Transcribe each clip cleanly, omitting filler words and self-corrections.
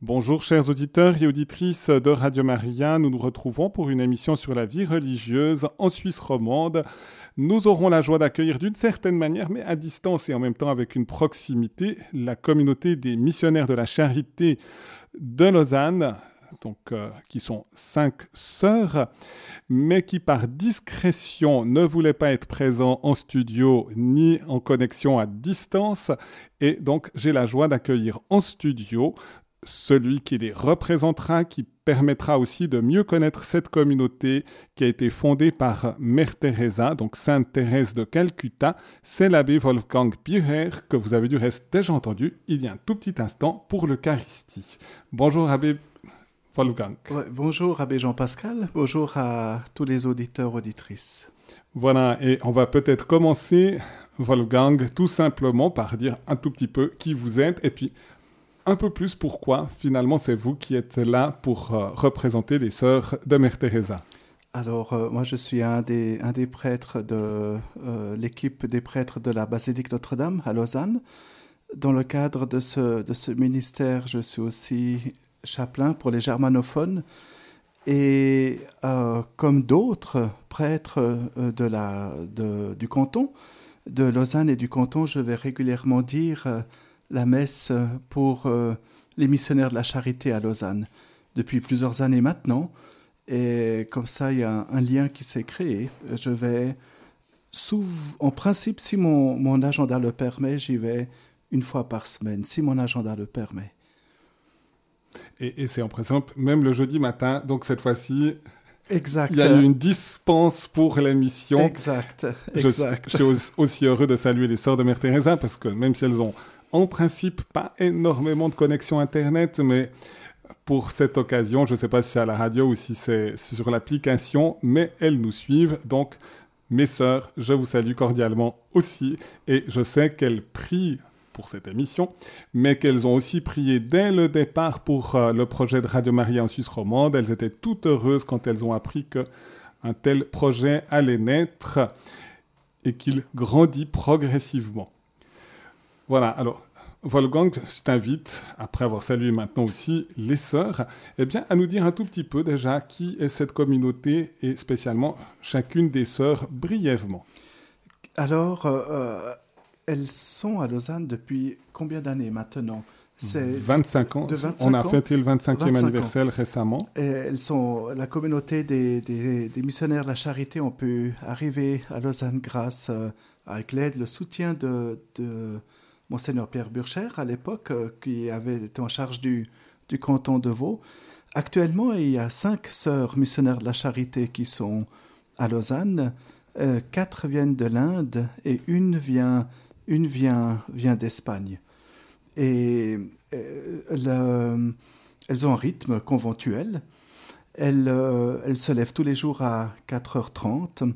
Bonjour chers auditeurs et auditrices de Radio Maria, nous nous retrouvons pour une émission sur la vie religieuse en Suisse romande. Nous aurons la joie d'accueillir d'une certaine manière, mais à distance et en même temps avec une proximité, la communauté des missionnaires de la charité de Lausanne, qui sont 5 sœurs, mais qui par discrétion ne voulaient pas être présents en studio ni en connexion à distance. Et donc j'ai la joie d'accueillir en studio celui qui les représentera, qui permettra aussi de mieux connaître cette communauté qui a été fondée par Mère Teresa, donc Sainte Thérèse de Calcutta. C'est l'abbé Wolfgang Pirer, que vous avez du reste déjà entendu il y a un tout petit instant pour l'Eucharistie. Bonjour abbé Wolfgang. Ouais, bonjour abbé Jean-Pascal, bonjour à tous les auditeurs, auditrices. Voilà, et on va peut-être commencer, Wolfgang, tout simplement par dire un tout petit peu qui vous êtes, et puis un peu plus pourquoi, finalement, c'est vous qui êtes là pour représenter les sœurs de Mère Teresa. Alors, moi, je suis un des prêtres de l'équipe des prêtres de la basilique Notre-Dame à Lausanne. Dans le cadre de ce ministère, je suis aussi chapelain pour les germanophones. Et comme d'autres prêtres du canton, de Lausanne et du canton, je vais régulièrement dire la messe pour les missionnaires de la charité à Lausanne depuis plusieurs années maintenant. Et comme ça, il y a un lien qui s'est créé. Je vais, en principe, si mon agenda le permet, j'y vais une fois par semaine, si mon agenda le permet. Et c'est en principe même le jeudi matin, donc cette fois-ci, exact. Il y a eu une dispense pour l'émission. Exact. Je suis aussi heureux de saluer les sœurs de Mère Teresa, parce que même si elles ont en principe pas énormément de connexion Internet, mais pour cette occasion, je ne sais pas si c'est à la radio ou si c'est sur l'application, mais elles nous suivent. Donc, mes sœurs, je vous salue cordialement aussi. Et je sais qu'elles prient pour cette émission, mais qu'elles ont aussi prié dès le départ pour le projet de Radio Maria en Suisse romande. Elles étaient toutes heureuses quand elles ont appris qu'un tel projet allait naître et qu'il grandit progressivement. Voilà, alors Wolfgang, je t'invite, après avoir salué maintenant aussi les sœurs, à nous dire un tout petit peu déjà qui est cette communauté et spécialement chacune des sœurs brièvement. Alors, elles sont à Lausanne depuis combien d'années maintenant ? C'est 25 ans. 25 On a ans. fêté le 25e anniversaire récemment. Et elles sont la communauté des missionnaires de la charité. On peut arriver à Lausanne grâce avec l'aide, le soutien de Monseigneur Pierre Burcher à l'époque, qui avait été en charge du canton de Vaud. Actuellement, il y a 5 sœurs missionnaires de la charité qui sont à Lausanne. 4 viennent de l'Inde et une vient d'Espagne. Et elles ont un rythme conventuel. Elles se lèvent tous les jours à 4h30.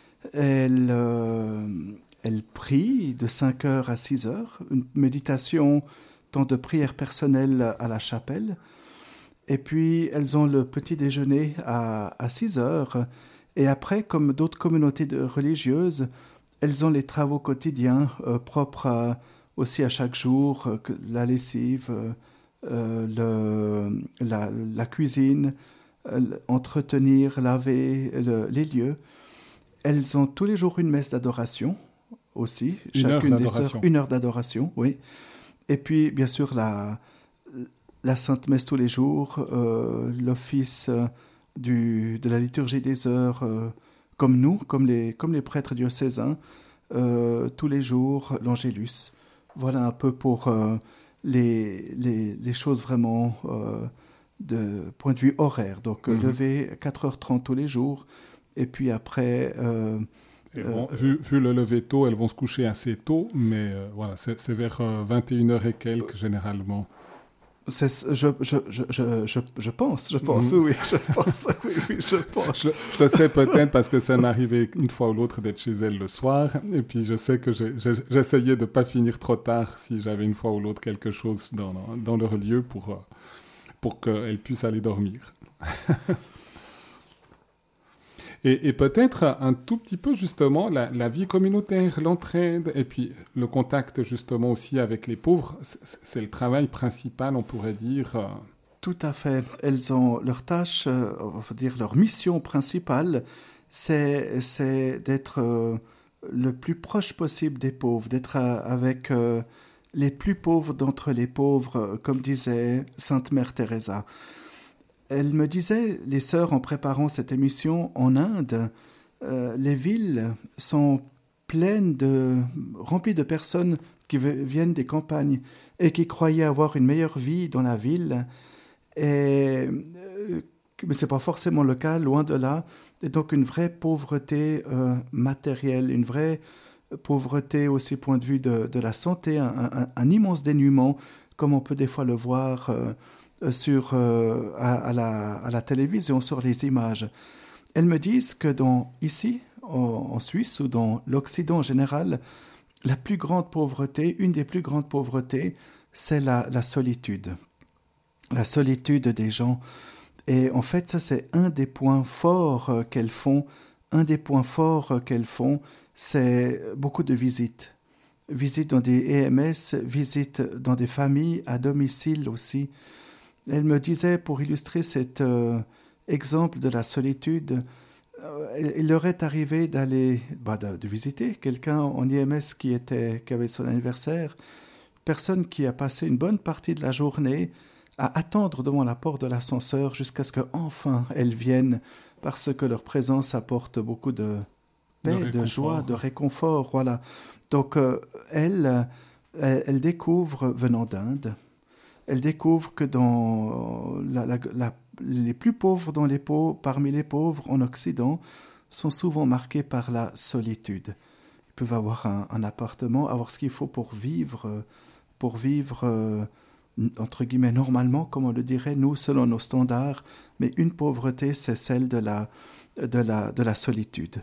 Elles prient de 5h à 6h, une méditation, temps de prière personnelle à la chapelle. Et puis, elles ont le petit déjeuner à 6h. Et après, comme d'autres communautés religieuses, elles ont les travaux quotidiens propres aussi à chaque jour, la lessive, la cuisine, entretenir, laver les lieux. Elles ont tous les jours une messe d'adoration aussi. Chacune des sœurs, 1 heure d'adoration, oui. Et puis, bien sûr, la Sainte Messe tous les jours, l'office de la liturgie des heures, comme nous, comme les prêtres diocésains, tous les jours, l'Angélus. Voilà un peu pour les choses vraiment de point de vue horaire. Donc, lever 4h30 tous les jours, et puis après... vu le lever tôt, elles vont se coucher assez tôt, mais voilà, c'est vers 21h et quelques généralement. Je pense, oui, je pense. Je le sais peut-être parce que ça m'arrivait une fois ou l'autre d'être chez elle le soir, et puis je sais que j'essayais de ne pas finir trop tard si j'avais une fois ou l'autre quelque chose dans leur lieu pour qu'elles puissent aller dormir. Et peut-être un tout petit peu justement la vie communautaire, l'entraide, et puis le contact justement aussi avec les pauvres, c'est le travail principal, on pourrait dire. Tout à fait. Elles ont leur tâche, on va dire leur mission principale, c'est d'être le plus proche possible des pauvres, d'être avec les plus pauvres d'entre les pauvres, comme disait Sainte Mère Teresa. Elle me disait, les sœurs, en préparant cette émission, en Inde, les villes sont remplies de personnes qui viennent des campagnes et qui croyaient avoir une meilleure vie dans la ville. Mais ce n'est pas forcément le cas, loin de là. Et donc une vraie pauvreté matérielle, une vraie pauvreté aussi point de vue de la santé, un immense dénuement, comme on peut des fois le voir à la télévision, sur les images. Elles me disent que ici, en Suisse, ou dans l'Occident en général, la plus grande pauvreté, une des plus grandes pauvretés, c'est la solitude. La solitude des gens. Et en fait, ça, c'est un des points forts qu'elles font. Un des points forts qu'elles font, c'est beaucoup de visites. Visites dans des EMS, visites dans des familles, à domicile aussi. Elle me disait, pour illustrer cet exemple de la solitude, il leur est arrivé de visiter quelqu'un en IMS qui avait son anniversaire, personne qui a passé une bonne partie de la journée à attendre devant la porte de l'ascenseur jusqu'à ce qu'enfin elles viennent, parce que leur présence apporte beaucoup de paix, de joie, de réconfort. Voilà. Donc elles découvrent, venant d'Inde, elles découvrent que dans les plus pauvres parmi les pauvres en Occident sont souvent marqués par la solitude. Ils peuvent avoir un appartement, avoir ce qu'il faut pour vivre entre guillemets normalement, comme on le dirait nous selon nos standards, mais une pauvreté, c'est celle de la solitude,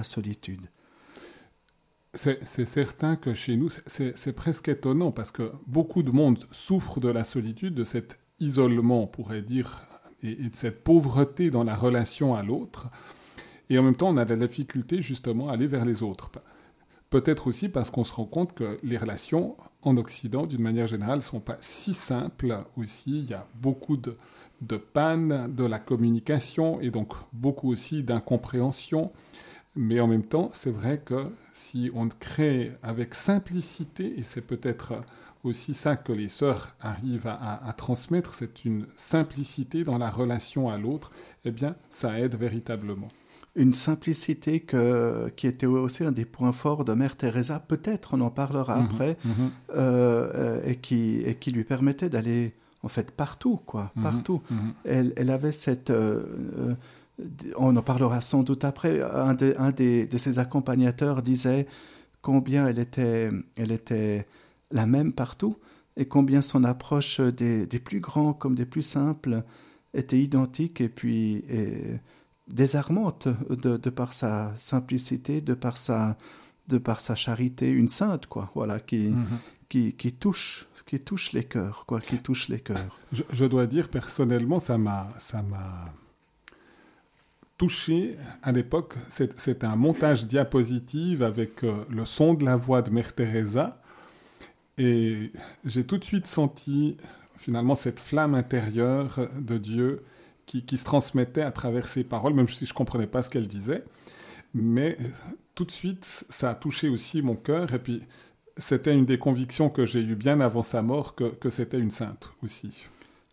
C'est certain que chez nous, c'est presque étonnant parce que beaucoup de monde souffre de la solitude, de cet isolement, on pourrait dire, et de cette pauvreté dans la relation à l'autre. Et en même temps, on a de la difficulté justement à aller vers les autres. Peut-être aussi parce qu'on se rend compte que les relations en Occident, d'une manière générale, ne sont pas si simples aussi. Il y a beaucoup de pannes de la communication et donc beaucoup aussi d'incompréhension. Mais en même temps, c'est vrai que si on crée avec simplicité, et c'est peut-être aussi ça que les sœurs arrivent à transmettre, c'est une simplicité dans la relation à l'autre, eh bien, ça aide véritablement. Une simplicité qui était aussi un des points forts de Mère Teresa, peut-être on en parlera après, et qui lui permettait d'aller en fait partout, partout. Elle avait cette... on en parlera sans doute après. Un de ses accompagnateurs disait combien elle était la même partout et combien son approche des plus grands comme des plus simples était identique et puis désarmante de par sa simplicité, de par sa charité, une sainte voilà qui touche les cœurs, qui touche les cœurs. Je dois dire personnellement, ça m'a touché à l'époque. C'était un montage diapositive avec le son de la voix de Mère Teresa. Et j'ai tout de suite senti finalement cette flamme intérieure de Dieu qui se transmettait à travers ses paroles, même si je ne comprenais pas ce qu'elle disait. Mais tout de suite, ça a touché aussi mon cœur. Et puis, c'était une des convictions que j'ai eues bien avant sa mort, que c'était une sainte aussi.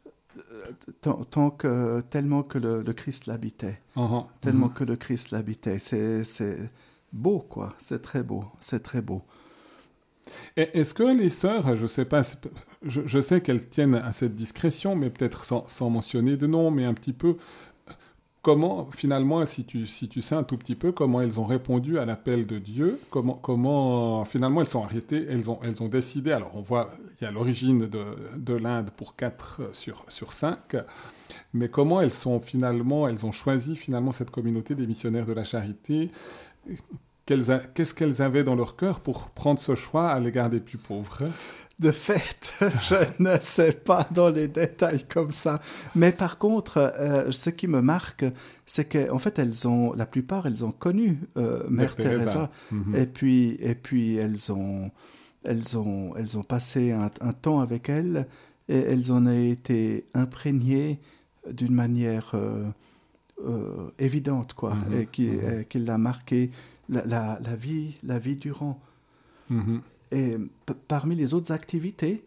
Tellement que le Christ l'habitait. Tellement que le Christ l'habitait. C'est beau, c'est très beau. C'est très beau. Est-ce que les sœurs, je sais pas, je sais qu'elles tiennent à cette discrétion, mais peut-être sans mentionner de nom, mais un petit peu, comment finalement, si tu sais un tout petit peu, comment elles ont répondu à l'appel de Dieu, comment finalement elles sont arrêtées, elles ont décidé, alors on voit, il y a l'origine de l'Inde pour 4 sur 5, mais comment elles ont choisi finalement cette communauté des missionnaires de la charité. Qu'est-ce qu'elles avaient dans leur cœur pour prendre ce choix à l'égard des plus pauvres? De fait, je ne sais pas dans les détails comme ça. Mais par contre, ce qui me marque, c'est qu'en fait, la plupart, elles ont connu Mère Teresa. Et puis elles ont passé un temps avec elle et elles en ont été imprégnées d'une manière évidente, quoi, et qui l'a marqué la vie durant. Et parmi les autres activités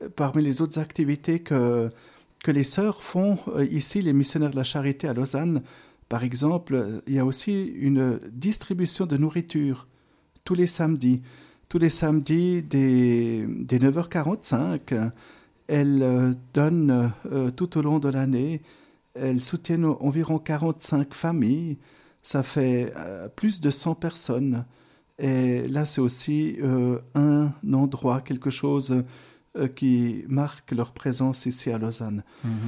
que les sœurs font ici, les missionnaires de la charité à Lausanne, par exemple, il y a aussi une distribution de nourriture tous les samedis. Tous les samedis, dès 9h45, elles donnent tout au long de l'année, elles soutiennent environ 45 familles. Ça fait plus de 100 personnes. Et là, c'est aussi un endroit, quelque chose qui marque leur présence ici à Lausanne.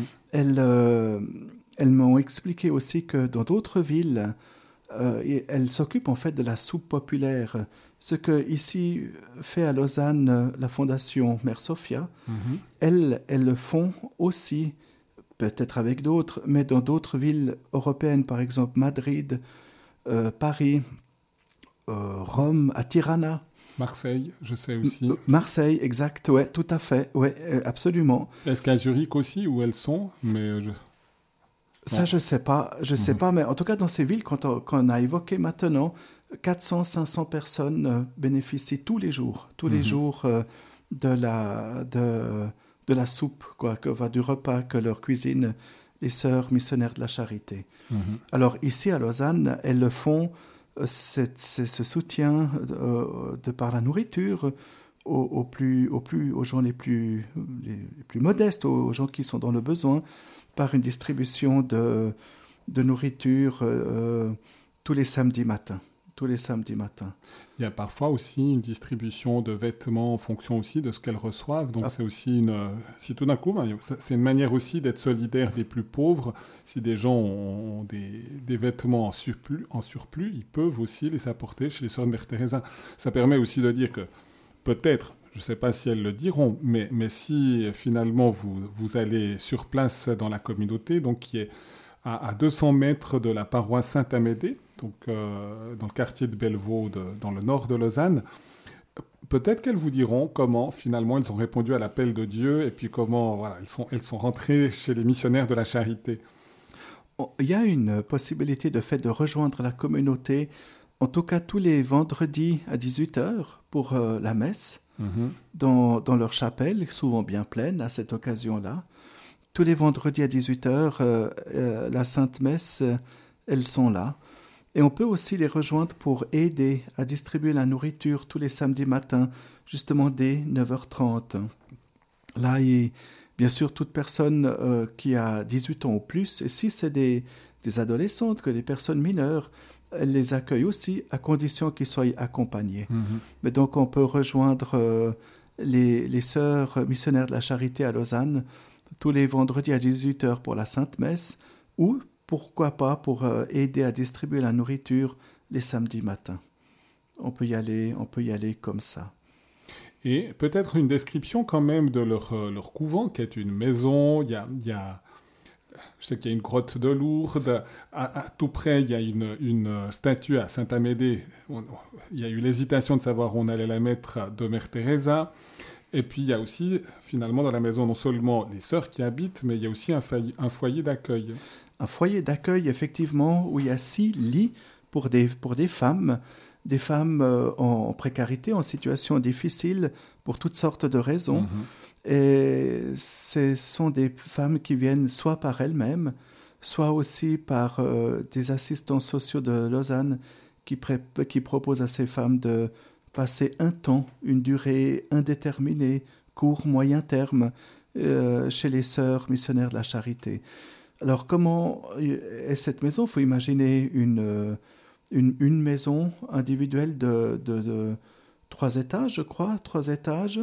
Elles m'ont expliqué aussi que dans d'autres villes, elles s'occupent en fait de la soupe populaire. Ce que ici fait à Lausanne la Fondation Mère Sophia, elles le font aussi, peut-être avec d'autres, mais dans d'autres villes européennes, par exemple Madrid, Paris, Rome, à Tirana. Marseille, je sais aussi. Marseille, exact, ouais, tout à fait, ouais, absolument. Est-ce qu'à Zurich aussi, où elles sont? Ça, je sais pas, mais en tout cas, dans ces villes qu'on a évoquées maintenant, 400-500 personnes bénéficient tous les jours de la soupe, quoi, du repas que leur cuisinent les sœurs missionnaires de la charité. Alors ici à Lausanne, elles le font, c'est ce soutien par la nourriture aux gens les plus modestes, aux gens qui sont dans le besoin, par une distribution de nourriture tous les samedis matins. Il y a parfois aussi une distribution de vêtements en fonction aussi de ce qu'elles reçoivent. Donc c'est aussi si tout d'un coup, c'est une manière aussi d'être solidaire des plus pauvres. Si des gens ont des vêtements en surplus, ils peuvent aussi les apporter chez les sœurs de Mère Teresa. Ça permet aussi de dire que peut-être, je ne sais pas si elles le diront, mais si finalement vous allez sur place dans la communauté, donc qui est à 200 mètres de la paroisse Saint-Amédée, donc dans le quartier de Bellevaux, dans le nord de Lausanne, peut-être qu'elles vous diront comment finalement elles ont répondu à l'appel de Dieu et puis comment elles sont rentrées chez les missionnaires de la charité. Il y a une possibilité de rejoindre la communauté, en tout cas tous les vendredis à 18h pour la messe, dans leur chapelle, souvent bien pleine à cette occasion-là. Tous les vendredis à 18h, la Sainte Messe, elles sont là. Et on peut aussi les rejoindre pour aider à distribuer la nourriture tous les samedis matins, justement dès 9h30. Là, bien sûr, toute personne qui a 18 ans ou plus, et si c'est des adolescentes, que des personnes mineures, elles les accueillent aussi, à condition qu'ils soient accompagnés. Mais donc, on peut rejoindre les sœurs missionnaires de la charité à Lausanne tous les vendredis à 18h pour la Sainte Messe, ou pourquoi pas pour aider à distribuer la nourriture les samedis matins. On peut y aller comme ça. Et peut-être une description quand même de leur couvent, qui est une maison. Je sais qu'il y a une grotte de Lourdes. À tout près, il y a une statue à Saint-Amédée. Il y a eu l'hésitation de savoir où on allait la mettre, de Mère Teresa. Et puis il y a aussi, finalement, dans la maison, non seulement les sœurs qui habitent, mais il y a aussi un foyer d'accueil. Un foyer d'accueil, effectivement, où il y a 6 lits pour des femmes en précarité, en situation difficile, pour toutes sortes de raisons. Et ce sont des femmes qui viennent soit par elles-mêmes, soit aussi par des assistants sociaux de Lausanne qui proposent à ces femmes de passer un temps, une durée indéterminée, court, moyen terme, chez les sœurs missionnaires de la charité. Alors, comment est cette maison? Il faut imaginer une maison individuelle de 3 étages, je crois, 3 étages,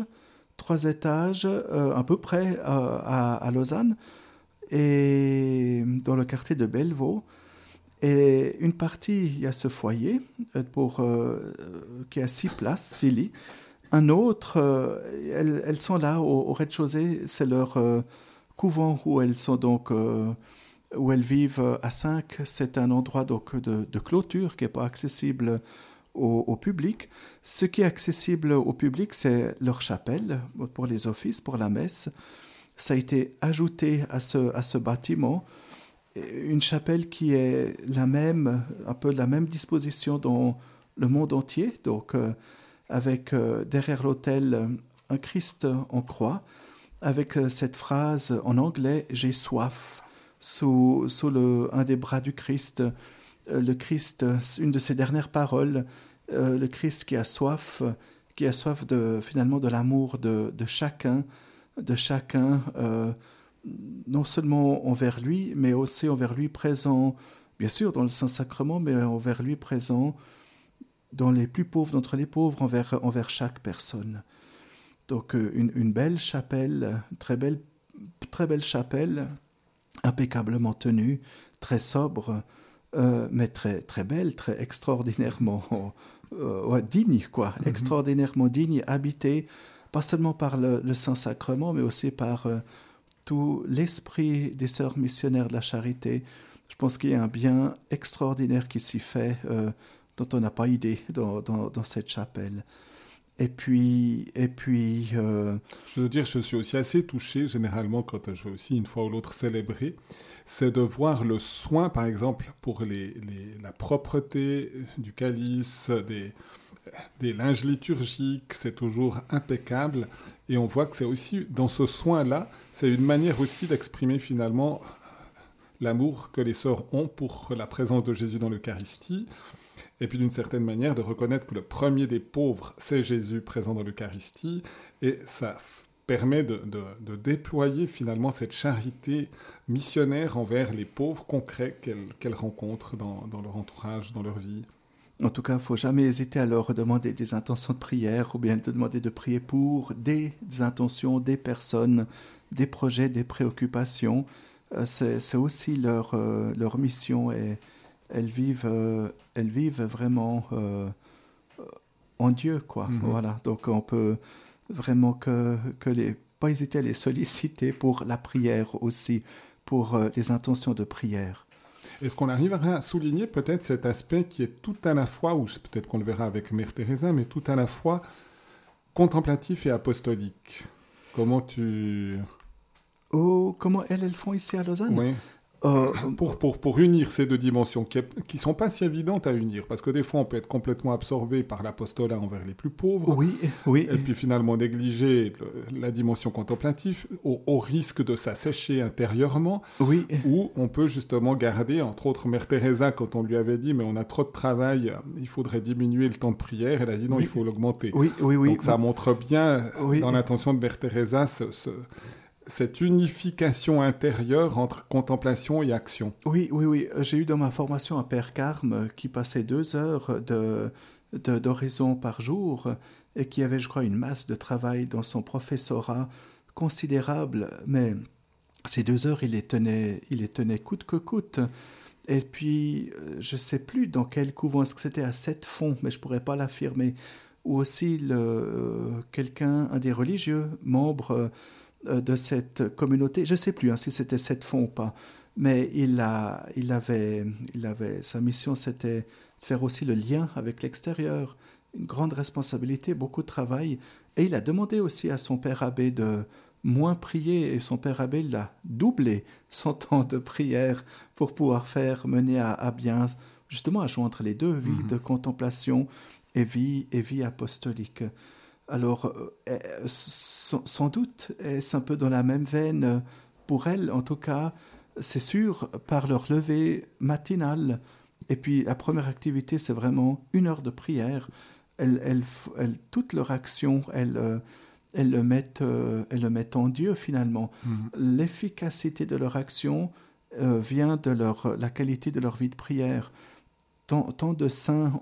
à peu près à Lausanne, et dans le quartier de Bellevaux. Et une partie, il y a ce foyer qui a 6 places, 6 lits. Un autre, elles sont là au rez-de-chaussée, c'est leur couvent où elles sont donc où elles vivent à 5. C'est un endroit donc de clôture qui n'est pas accessible au public. Ce qui est accessible au public, c'est leur chapelle pour les offices, pour la messe. Ça a été ajouté à ce bâtiment. Une chapelle qui est la même, un peu la même disposition dans le monde entier, donc avec derrière l'autel un Christ en croix, avec cette phrase en anglais « J'ai soif » sous un des bras du Christ. Le Christ, une de ses dernières paroles, le Christ qui a soif finalement de l'amour de chacun, non seulement envers lui, mais aussi envers lui présent, bien sûr dans le Saint-Sacrement, mais envers lui présent dans les plus pauvres d'entre les pauvres, envers chaque personne. Donc une belle chapelle, très belle chapelle, impeccablement tenue, très sobre, mais très, très belle, très extraordinairement digne, quoi, extraordinairement digne, habitée, pas seulement par le Saint-Sacrement, mais aussi par tout l'esprit des sœurs missionnaires de la charité. Je pense qu'il y a un bien extraordinaire qui s'y fait, dont on n'a pas idée dans cette chapelle. Et puis Je veux dire, je suis aussi assez touché, généralement, quand je vais aussi une fois ou l'autre célébrer, c'est de voir le soin, par exemple, pour la propreté du calice, des linges liturgiques, c'est toujours impeccable. Et on voit que c'est aussi, dans ce soin-là, c'est une manière aussi d'exprimer finalement l'amour que les sœurs ont pour la présence de Jésus dans l'Eucharistie. Et puis d'une certaine manière de reconnaître que le premier des pauvres, c'est Jésus présent dans l'Eucharistie. Et ça permet de déployer finalement cette charité missionnaire envers les pauvres concrets qu'elles rencontrent dans leur entourage, dans leur vie. En tout cas, il ne faut jamais hésiter à leur demander des intentions de prière ou bien de demander de prier pour des intentions, des personnes, des projets, des préoccupations. C'est aussi leur mission et elles vivent vraiment en Dieu, quoi. Voilà. Donc on peut vraiment pas hésiter à les solliciter pour la prière aussi, pour les intentions de prière. Est-ce qu'on arriverait à souligner peut-être cet aspect qui est tout à la fois, ou peut-être qu'on le verra avec Mère Teresa, mais tout à la fois contemplatif et apostolique? Comment elles font ici à Lausanne? Oui. Pour unir ces deux dimensions qui sont pas si évidentes à unir, parce que des fois on peut être complètement absorbé par l'apostolat envers les plus pauvres, oui. Et puis finalement négliger la dimension contemplative au risque de s'assécher intérieurement, oui. Ou on peut justement garder, entre autres Mère Teresa, quand on lui avait dit mais on a trop de travail, il faudrait diminuer le temps de prière, elle a dit non, il faut l'augmenter. Oui. Donc ça montre bien dans l'intention de Mère Teresa cette unification intérieure entre contemplation et action. Oui. J'ai eu dans ma formation un père Carme qui passait 2 heures d'oraison par jour et qui avait, je crois, une masse de travail dans son professorat considérable. Mais ces 2 heures, il les tenait coûte que coûte. Et puis, je ne sais plus dans quel couvent, est-ce que c'était à Sept-Fonds, mais je ne pourrais pas l'affirmer, ou aussi un des religieux, membre de cette communauté, je ne sais plus si c'était Sept-Fonds ou pas, mais il avait sa mission, c'était de faire aussi le lien avec l'extérieur, une grande responsabilité, beaucoup de travail, et il a demandé aussi à son père abbé de moins prier, et son père abbé l'a doublé son temps de prière pour pouvoir mener à bien, justement à joindre les deux, vie de contemplation et vie apostolique. Alors, sans doute, est-ce un peu dans la même veine pour elles, en tout cas, c'est sûr, par leur levée matinale. Et puis, la première activité, c'est vraiment 1 heure de prière. Toute leur action, elles le mettent en Dieu, finalement. L'efficacité de leur action vient de la qualité de leur vie de prière. Tant de saints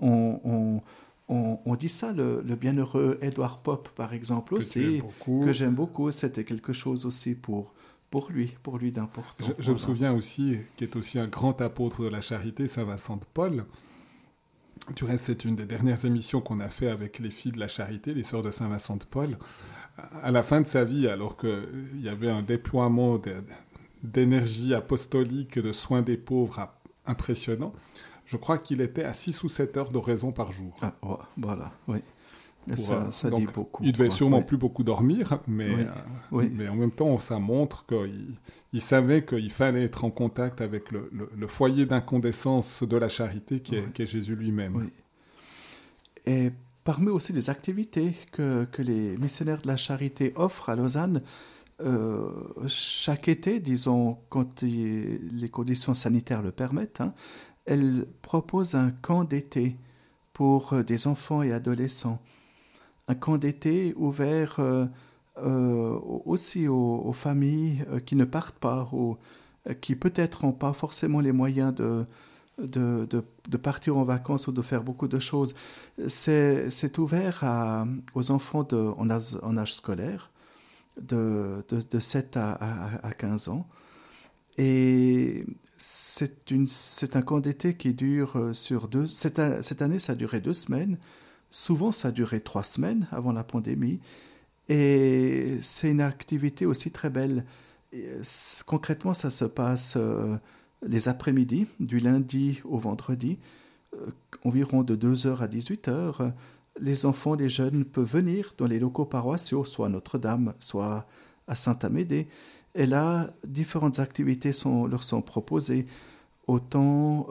on dit ça, le bienheureux Edward Pope, par exemple, aussi, que j'aime beaucoup. C'était quelque chose aussi pour lui d'important. Je me souviens aussi, qui est aussi un grand apôtre de la charité, Saint Vincent de Paul, Du reste, c'est une des dernières émissions qu'on a fait avec les filles de la Charité, les sœurs de Saint-Vincent de Paul. À la fin de sa vie, alors qu'il y avait un déploiement d'énergie apostolique, de soins des pauvres impressionnant, je crois qu'il était à 6 ou 7 heures d'oraison par jour. Ah, voilà, oui. Mais Pour, ça donc, dit beaucoup. Il devait sûrement oui. plus beaucoup dormir, mais en même temps, ça montre qu'il savait qu'il fallait être en contact avec le foyer d'incandescence de la charité qui est Jésus lui-même. Oui. Et parmi aussi les activités que les missionnaires de la charité offrent à Lausanne, chaque été, disons, quand les conditions sanitaires le permettent, elles proposent un camp d'été pour des enfants et adolescents. Un camp d'été ouvert aussi aux familles qui ne partent pas, ou qui peut-être n'ont pas forcément les moyens de partir en vacances ou de faire beaucoup de choses. C'est ouvert aux enfants en âge scolaire, de 7 à 15 ans. Et c'est un camp d'été qui dure sur cette année, ça a duré 2 semaines. Souvent, ça a duré 3 semaines avant la pandémie. Et c'est une activité aussi très belle. Concrètement, ça se passe les après-midi, du lundi au vendredi, environ de 2h à 18h. Les enfants, les jeunes peuvent venir dans les locaux paroissiaux, soit à Notre-Dame, soit à Saint-Amédée. Et là, différentes activités leur sont proposées, autant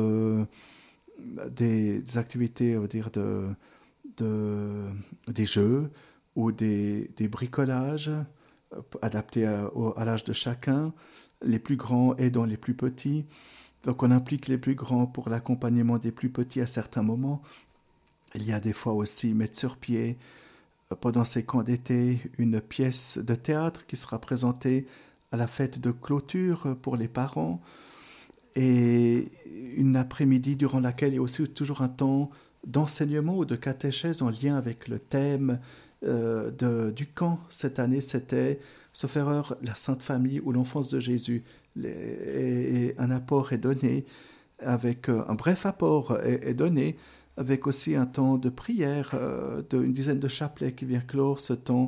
des activités, on va dire, des jeux ou des bricolages adaptés à l'âge de chacun, les plus grands aidant les plus petits. Donc on implique les plus grands pour l'accompagnement des plus petits à certains moments. Il y a des fois aussi mettre sur pied, pendant ces camps d'été, une pièce de théâtre qui sera présentée à la fête de clôture pour les parents, et une après-midi durant laquelle il y a aussi toujours un temps d'enseignement ou de catéchèse en lien avec le thème du camp. Cette année, c'était, sauf erreur, la Sainte Famille ou l'enfance de Jésus. Et un apport est donné, avec un bref apport est donné, avec aussi un temps de prière d'une dizaine de chapelets qui vient clore ce temps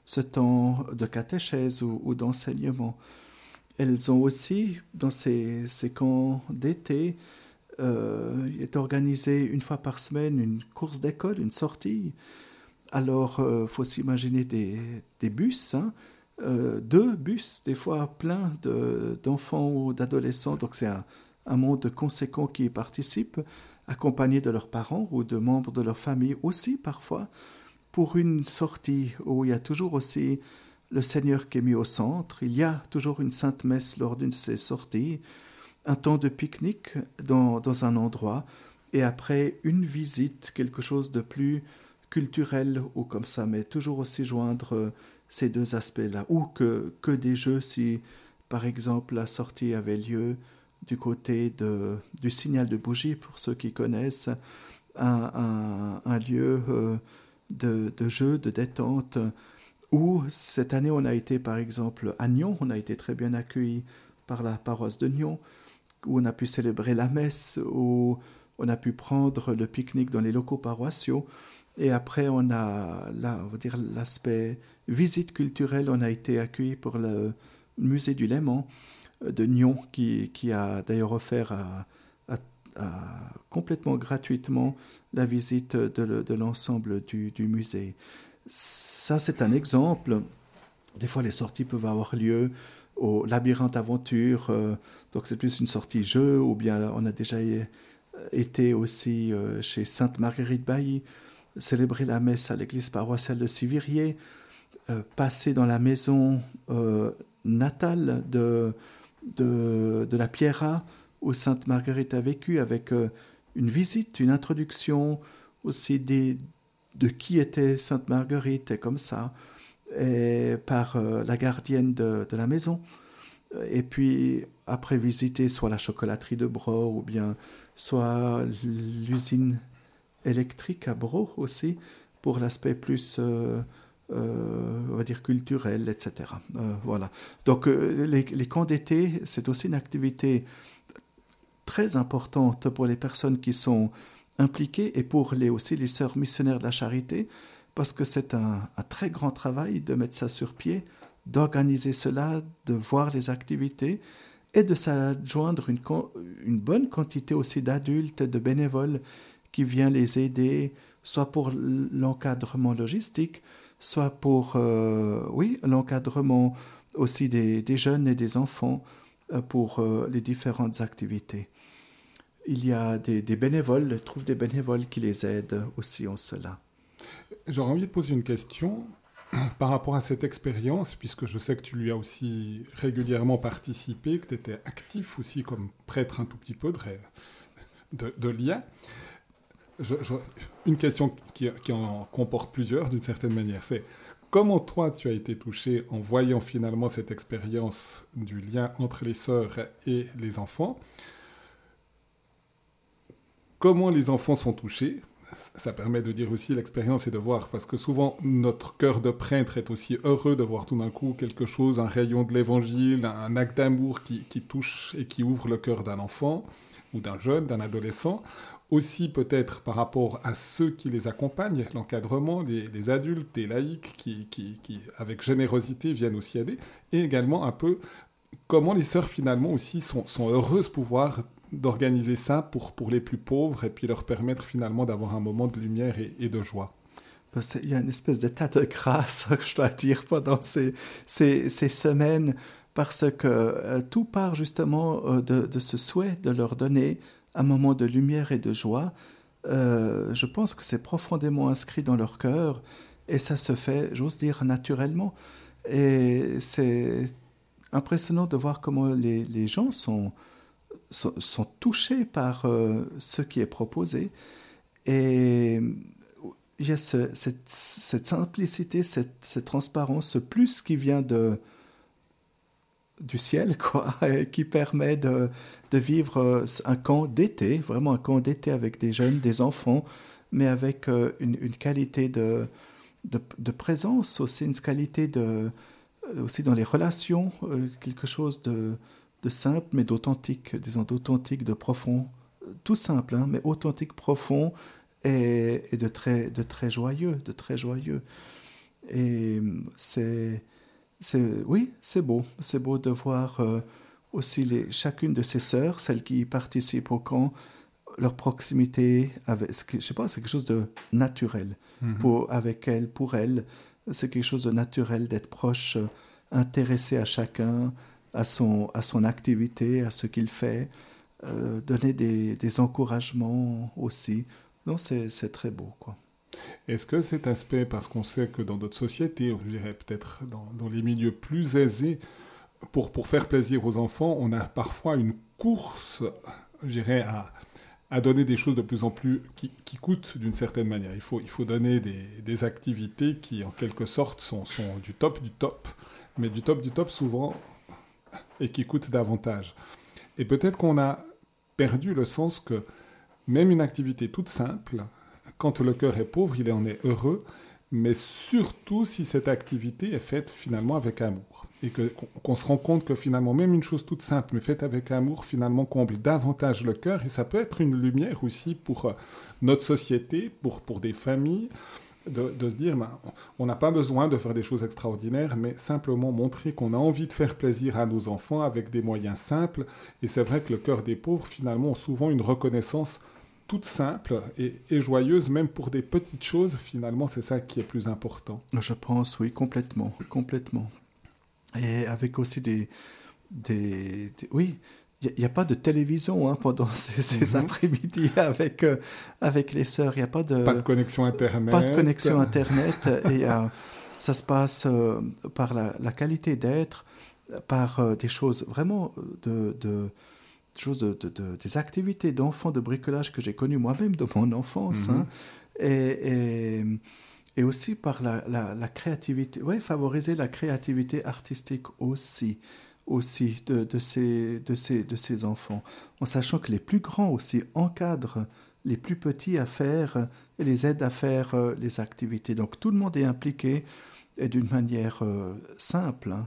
de catéchèse ou d'enseignement. Elles ont aussi, dans ces camps d'été, est organisée une fois par semaine une course d'école, une sortie. Alors, faut s'imaginer des bus, 2 bus, des fois pleins d'enfants ou d'adolescents. Donc, c'est un monde conséquent qui y participe, accompagnés de leurs parents ou de membres de leur famille aussi parfois, pour une sortie où il y a toujours aussi le Seigneur qui est mis au centre. Il y a toujours une sainte messe lors d'une de ces sorties, un temps de pique-nique dans un endroit, et après une visite, quelque chose de plus culturel ou comme ça, mais toujours aussi joindre ces 2 aspects-là. Ou que des jeux, si par exemple la sortie avait lieu du côté du signal de bougie, pour ceux qui connaissent, un lieu de jeu, de détente, où cette année on a été par exemple à Nyon, on a été très bien accueillis par la paroisse de Nyon, où on a pu célébrer la messe, où on a pu prendre le pique-nique dans les locaux paroissiaux. Et après, on va dire l'aspect visite culturelle. On a été accueillis pour le musée du Léman de Nyon, qui a d'ailleurs offert complètement gratuitement la visite de l'ensemble du musée. Ça, c'est un exemple. Des fois, les sorties peuvent avoir lieu au labyrinthe aventure, donc c'est plus une sortie jeu, ou bien on a déjà été aussi chez Sainte Marguerite Bailly, célébrer la messe à l'église paroissiale de Sivirier, passer dans la maison natale de la Pierra où Sainte Marguerite a vécu, avec une visite, une introduction aussi de qui était Sainte Marguerite, et comme ça, et par la gardienne de la maison. Et puis après visiter soit la chocolaterie de Braux, ou bien soit l'usine électrique à Braux aussi, pour l'aspect plus on va dire culturel, etc. Voilà. Donc les camps d'été, c'est aussi une activité très importante pour les personnes qui sont impliqués, et pour aussi les sœurs missionnaires de la charité, parce que c'est un très grand travail de mettre ça sur pied, d'organiser cela, de voir les activités et de s'adjoindre une bonne quantité aussi d'adultes, de bénévoles qui viennent les aider, soit pour l'encadrement logistique, soit pour l'encadrement aussi des jeunes et des enfants pour les différentes activités. Il y a des bénévoles, je trouve des bénévoles qui les aident aussi en cela. J'aurais envie de poser une question par rapport à cette expérience, puisque je sais que tu lui as aussi régulièrement participé, que tu étais actif aussi comme prêtre un tout petit peu de l'IA. Une question qui en comporte plusieurs d'une certaine manière, c'est comment toi tu as été touché en voyant finalement cette expérience du lien entre les sœurs et les enfants. Comment les enfants sont touchés? Ça permet de dire aussi l'expérience et de voir, parce que souvent notre cœur de prêtre est aussi heureux de voir tout d'un coup quelque chose, un rayon de l'évangile, un acte d'amour qui touche et qui ouvre le cœur d'un enfant ou d'un jeune, d'un adolescent. Aussi peut-être par rapport à ceux qui les accompagnent, l'encadrement, les adultes, les laïcs qui avec générosité viennent aussi aider, et également un peu comment les sœurs finalement aussi sont heureuses pouvoir d'organiser ça pour les plus pauvres et puis leur permettre finalement d'avoir un moment de lumière et de joie. Il y a une espèce d'état de grâce, je dois dire, pendant ces semaines, parce que tout part justement de ce souhait de leur donner un moment de lumière et de joie. Je pense que c'est profondément inscrit dans leur cœur et ça se fait, j'ose dire, naturellement. Et c'est impressionnant de voir comment les gens sont touchés par ce qui est proposé. Et il y a cette simplicité, cette transparence, ce plus qui vient du ciel, quoi, et qui permet de vivre un camp d'été, vraiment un camp d'été avec des jeunes, des enfants, mais avec une qualité de présence, aussi une qualité aussi dans les relations, quelque chose de simple, mais d'authentique, disons d'authentique, de profond, tout simple, hein, mais authentique, profond, et de très joyeux, Et oui, c'est beau de voir aussi chacune de ces sœurs, celles qui participent au camp, leur proximité avec, je sais pas, c'est quelque chose de naturel avec elles, pour elles, c'est quelque chose de naturel d'être proche, intéressé à chacun, à son activité, à ce qu'il fait, donner des encouragements aussi. Non, c'est très beau, quoi. Est-ce que cet aspect, parce qu'on sait que dans d'autres sociétés, je dirais peut-être dans les milieux plus aisés, pour faire plaisir aux enfants, on a parfois une course, je dirais, à donner des choses de plus en plus qui coûtent d'une certaine manière. Il faut donner des activités qui, en quelque sorte, sont du top, mais du top souvent, et qui coûtent davantage. Et peut-être qu'on a perdu le sens que même une activité toute simple, quand le cœur est pauvre, il en est heureux, mais surtout si cette activité est faite finalement avec amour. Et qu'on se rend compte que finalement, même une chose toute simple, mais faite avec amour, finalement comble davantage le cœur. Et ça peut être une lumière aussi pour notre société, pour des familles, de se dire, on n'a pas besoin de faire des choses extraordinaires, mais simplement montrer qu'on a envie de faire plaisir à nos enfants avec des moyens simples. Et c'est vrai que le cœur des pauvres, finalement, ont souvent une reconnaissance toute simple et joyeuse, même pour des petites choses. Finalement, c'est ça qui est plus important. Je pense, oui, complètement. Et avec aussi oui, il n'y a pas de télévision pendant ces après-midi avec les sœurs. Il n'y a pas de connexion Internet. Pas de connexion Internet. Et ça se passe par la qualité d'être, par des choses vraiment des activités d'enfants de bricolage que j'ai connues moi-même de mon enfance. Et aussi par la créativité, favoriser la créativité artistique aussi de ces enfants, en sachant que les plus grands aussi encadrent les plus petits à faire et les aident à faire les activités. Donc tout le monde est impliqué et d'une manière simple.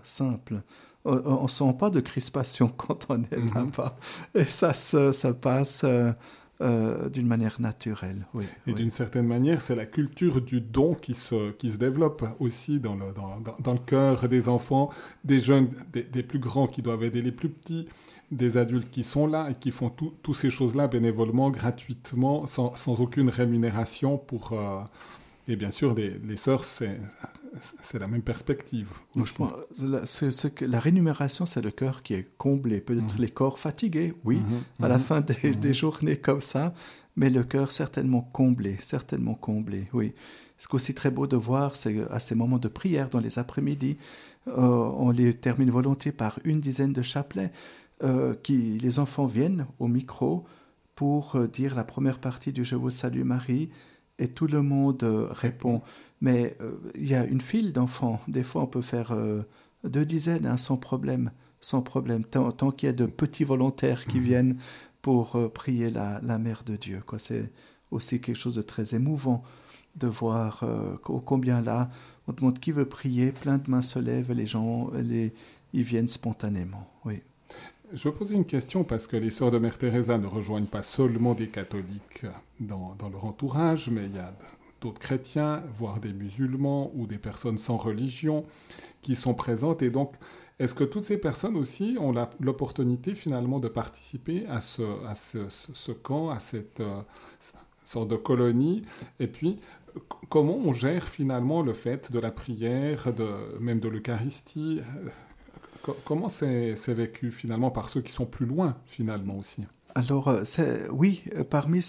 On ne sent pas de crispation quand on est là-bas. Et ça passe d'une manière naturelle. Oui, et d'une certaine manière, c'est la culture du don qui se développe aussi dans le cœur des enfants, des jeunes, des plus grands qui doivent aider les plus petits, des adultes qui sont là et qui font toutes ces choses-là bénévolement, gratuitement, sans aucune rémunération pour... et bien sûr, les sœurs, c'est la même perspective aussi. La rémunération, c'est le cœur qui est comblé. Peut-être les corps fatigués, oui, à la fin des journées comme ça, mais le cœur certainement comblé, oui. Ce qui est aussi très beau de voir, c'est à ces moments de prière dans les après-midi, on les termine volontiers par une dizaine de chapelets, les enfants viennent au micro pour dire la première partie du Je vous salue Marie, et tout le monde répond. Mais il y a une file d'enfants. Des fois, on peut faire 2 dizaines sans problème. Tant qu'il y a de petits volontaires qui viennent pour prier la Mère de Dieu. Quoi. C'est aussi quelque chose de très émouvant de voir combien là, on demande qui veut prier, plein de mains se lèvent, les gens ils viennent spontanément. Oui. Je veux poser une question parce que les sœurs de Mère Teresa ne rejoignent pas seulement des catholiques dans leur entourage, mais il y a d'autres chrétiens, voire des musulmans ou des personnes sans religion qui sont présentes. Et donc, est-ce que toutes ces personnes aussi ont l'opportunité finalement de participer à ce camp, à cette sorte de colonie? Et puis, comment on gère finalement le fait de la prière, même de l'Eucharistie? Comment c'est vécu finalement par ceux qui sont plus loin finalement aussi? Alors, oui, parmi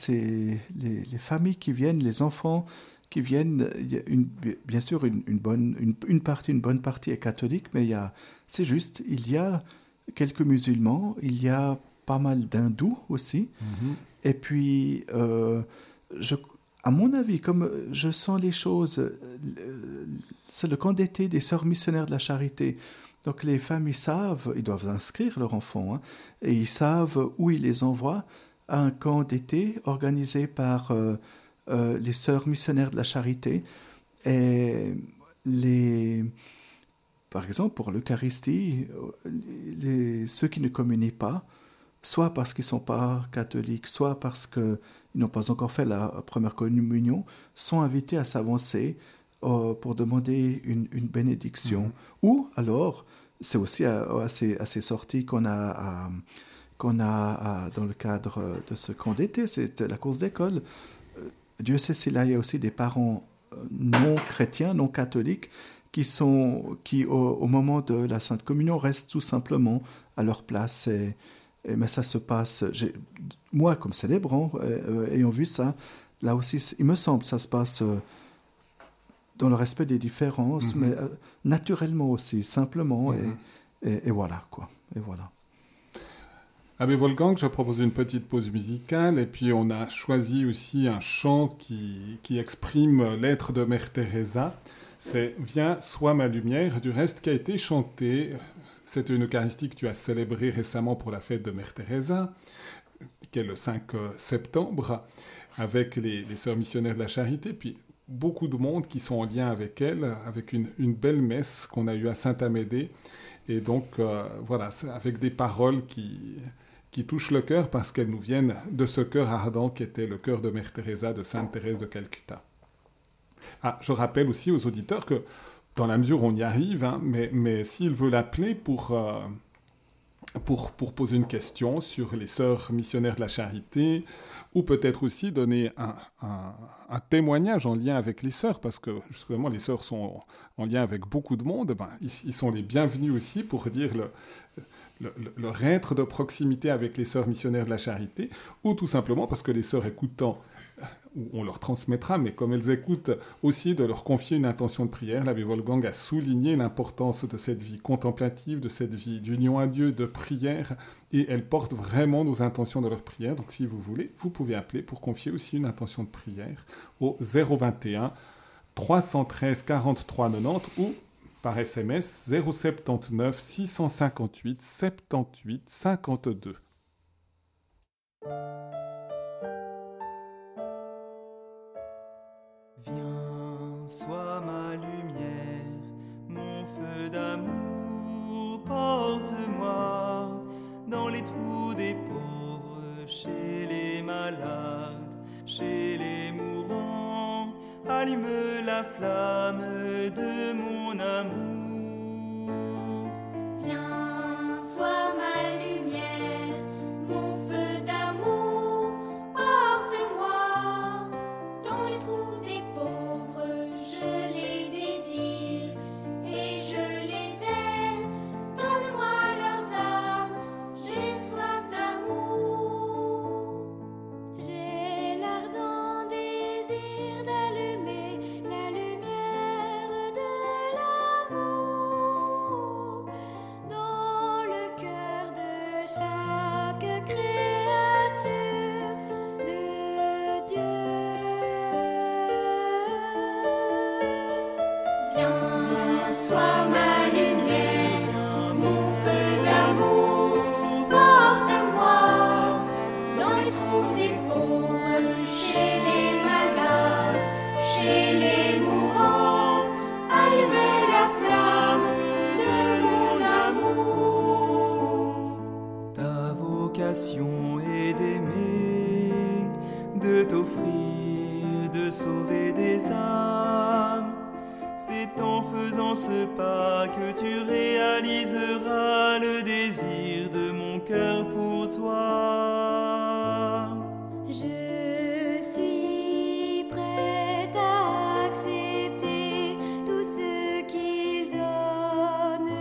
les familles qui viennent, les enfants qui viennent, il y a bien sûr une bonne partie est catholique, mais c'est juste, il y a quelques musulmans, il y a pas mal d'hindous aussi, et puis, à mon avis, comme je sens les choses, c'est le camp d'été des Sœurs missionnaires de la Charité. Donc les familles savent, ils doivent inscrire leurs enfants, et ils savent où ils les envoient à un camp d'été organisé par les Sœurs missionnaires de la Charité. Et par exemple, pour l'Eucharistie, ceux qui ne communient pas, soit parce qu'ils ne sont pas catholiques, soit parce qu'ils n'ont pas encore fait la première communion, sont invités à s'avancer pour demander une bénédiction. Ou alors, c'est aussi à ces sorties qu'on a dans le cadre de ce camp d'été, c'est la course d'école. Dieu sait si là, il y a aussi des parents non chrétiens, non catholiques, qui au moment de la Sainte Communion restent tout simplement à leur place. Mais ça se passe, moi comme célébrant, ayant vu ça, là aussi, il me semble, ça se passe dans le respect des différences, mais naturellement aussi, simplement, et voilà, quoi. Et voilà. Abbé Wolfgang, je propose une petite pause musicale, et puis on a choisi aussi un chant qui exprime l'être de Mère Teresa. C'est « Viens, sois ma lumière », du reste qui a été chanté. C'était une Eucharistie que tu as célébrée récemment pour la fête de Mère Teresa, qui est le 5 septembre, avec les Sœurs missionnaires de la Charité, puis beaucoup de monde qui sont en lien avec elle, avec une belle messe qu'on a eue à Saint-Amédée. Et donc, voilà, avec des paroles qui touchent le cœur parce qu'elles nous viennent de ce cœur ardent qui était le cœur de Mère Teresa, de Sainte Thérèse de Calcutta. Ah, je rappelle aussi aux auditeurs que, dans la mesure où on y arrive, mais s'ils veulent appeler pour poser une question sur les Sœurs missionnaires de la Charité, ou peut-être aussi donner un témoignage en lien avec les sœurs, parce que justement les sœurs sont en lien avec beaucoup de monde, ils sont les bienvenus aussi pour dire leur être de proximité avec les sœurs missionnaires de la Charité, ou tout simplement parce que les sœurs écoutant, on leur transmettra, mais comme elles écoutent aussi, de leur confier une intention de prière. L'abbé Wolfgang a souligné l'importance de cette vie contemplative, de cette vie d'union à Dieu, de prière, et elles portent vraiment nos intentions de leur prière. Donc si vous voulez, vous pouvez appeler pour confier aussi une intention de prière au 021 313 43 90 ou par SMS 079 658 78 52. Viens, sois ma lumière, mon feu d'amour, porte-moi dans les trous des pauvres, chez les malades. malades, chez les mourants, allume la flamme de mon amour. Viens, sois ma lumière, mon feu d'amour, porte-moi dans les trous des pauvres, je les désire et je les aime. Donne-moi leurs âmes, j'ai soif d'amour. J'ai l'ardent désir d'allumer la lumière de l'amour dans le cœur de chaque créature de Dieu. Viens, sois ma lumière, mon feu d'amour, porte-moi dans les trous des pauvres, chez les malades, chez les mourants, allume la flamme de mon amour. Ta vocation est d'aimer, de t'offrir, de sauver des âmes. C'est en faisant ce pas que tu réaliseras le désir de mon cœur pour toi. Je suis prête à accepter tout ce qu'il donne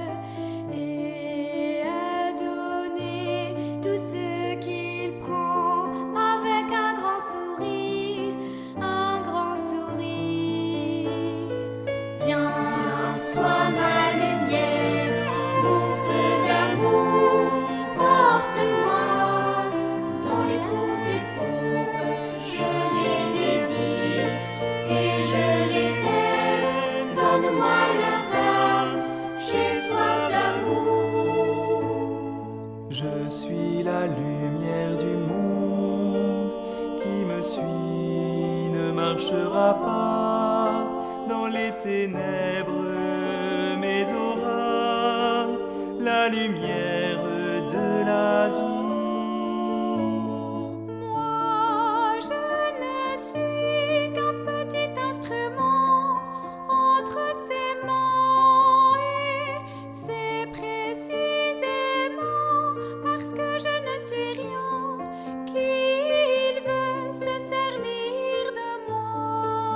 et à donner tout ce qu'il prend avec un grand sourire, un grand sourire. Viens, sois ma lumière, mon feu d'amour, porte-moi dans les trous des pauvres, je les désire et je les aime. Donne-moi leurs âmes, j'ai soif d'amour. Je suis la lumière du monde, qui me suit ne marchera pas dans les ténèbres, mais aura la lumière de la vie. Moi, je ne suis qu'un petit instrument entre ses mains, et c'est précisément parce que je ne suis rien qu'il veut se servir de moi.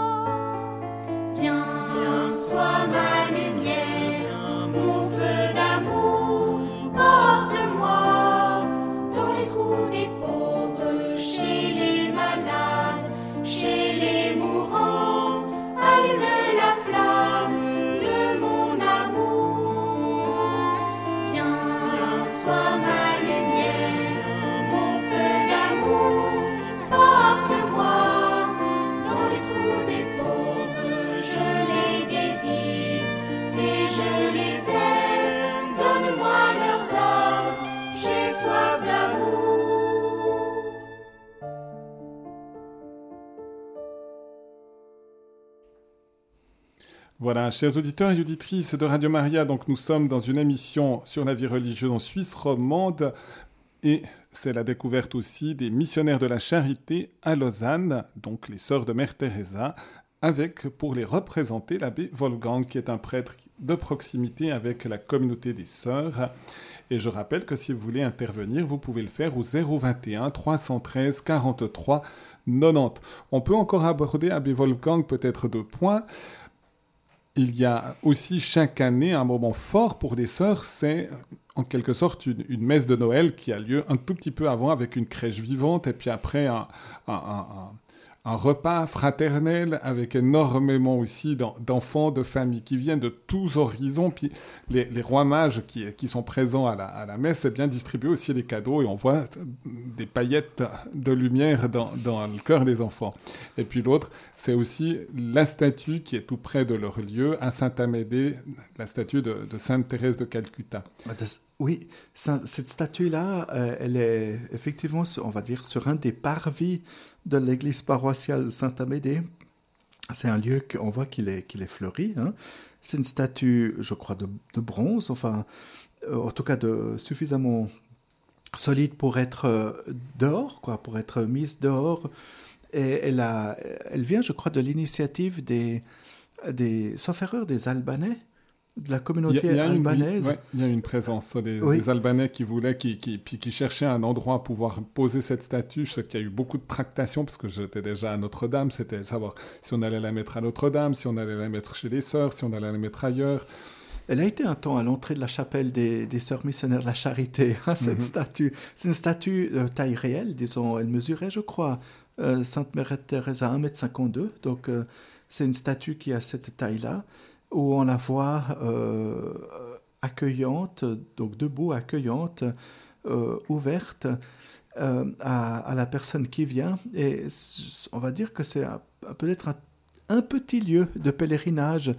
Viens, sois ma lumière, mon feu d'amour, porte-moi dans les trous des pauvres, chez les malades, chez les mourants, allume la flamme de mon amour. Viens, sois ma lumière, mon feu d'amour, porte-moi dans les trous des pauvres, je les désire et je les aime. Donne-moi leurs âmes, j'ai soif d'amour. Voilà, chers auditeurs et auditrices de Radio Maria, donc nous sommes dans une émission sur la vie religieuse en Suisse romande et c'est la découverte aussi des missionnaires de la charité à Lausanne, donc les sœurs de Mère Teresa, avec pour les représenter l'abbé Wolfgang qui est un prêtre de proximité avec la communauté des sœurs. Et je rappelle que si vous voulez intervenir, vous pouvez le faire au 021 313 43 90. On peut encore aborder, abbé Wolfgang, peut-être 2 points. Il y a aussi chaque année un moment fort pour les sœurs, c'est en quelque sorte une messe de Noël qui a lieu un tout petit peu avant avec une crèche vivante et puis après un repas fraternel avec énormément aussi d'enfants, de familles qui viennent de tous horizons. Puis les rois mages qui sont présents à la messe, c'est bien distribuer aussi des cadeaux et on voit des paillettes de lumière dans le cœur des enfants. Et puis l'autre, c'est aussi la statue qui est tout près de leur lieu, à Saint-Amédée, la statue de Sainte Thérèse de Calcutta. Oui, cette statue-là, elle est effectivement, on va dire, sur un des parvis de l'église paroissiale Saint-Amédée. C'est un lieu qu'on voit qu'il est fleuri. Hein. C'est une statue, je crois, de bronze, enfin, en tout cas suffisamment solide pour être dehors, quoi, pour être mise dehors. Et elle vient, je crois, de l'initiative sauf erreur, des Albanais, de la communauté albanaise. Il y a une présence des Albanais qui voulaient, qui cherchaient un endroit à pouvoir poser cette statue. Je sais qu'il y a eu beaucoup de tractations, parce que j'étais déjà à Notre-Dame, c'était savoir si on allait la mettre à Notre-Dame, si on allait la mettre chez les sœurs, si on allait la mettre ailleurs. Elle a été un temps à l'entrée de la chapelle des Sœurs missionnaires de la Charité, cette statue. C'est une statue de taille réelle, disons, elle mesurait, je crois, Sainte Mère Thérèse à 1,52 m, donc c'est une statue qui a cette taille-là, où on la voit accueillante, donc debout, accueillante, ouverte à la personne qui vient. Et on va dire que c'est peut-être un petit lieu de pèlerinage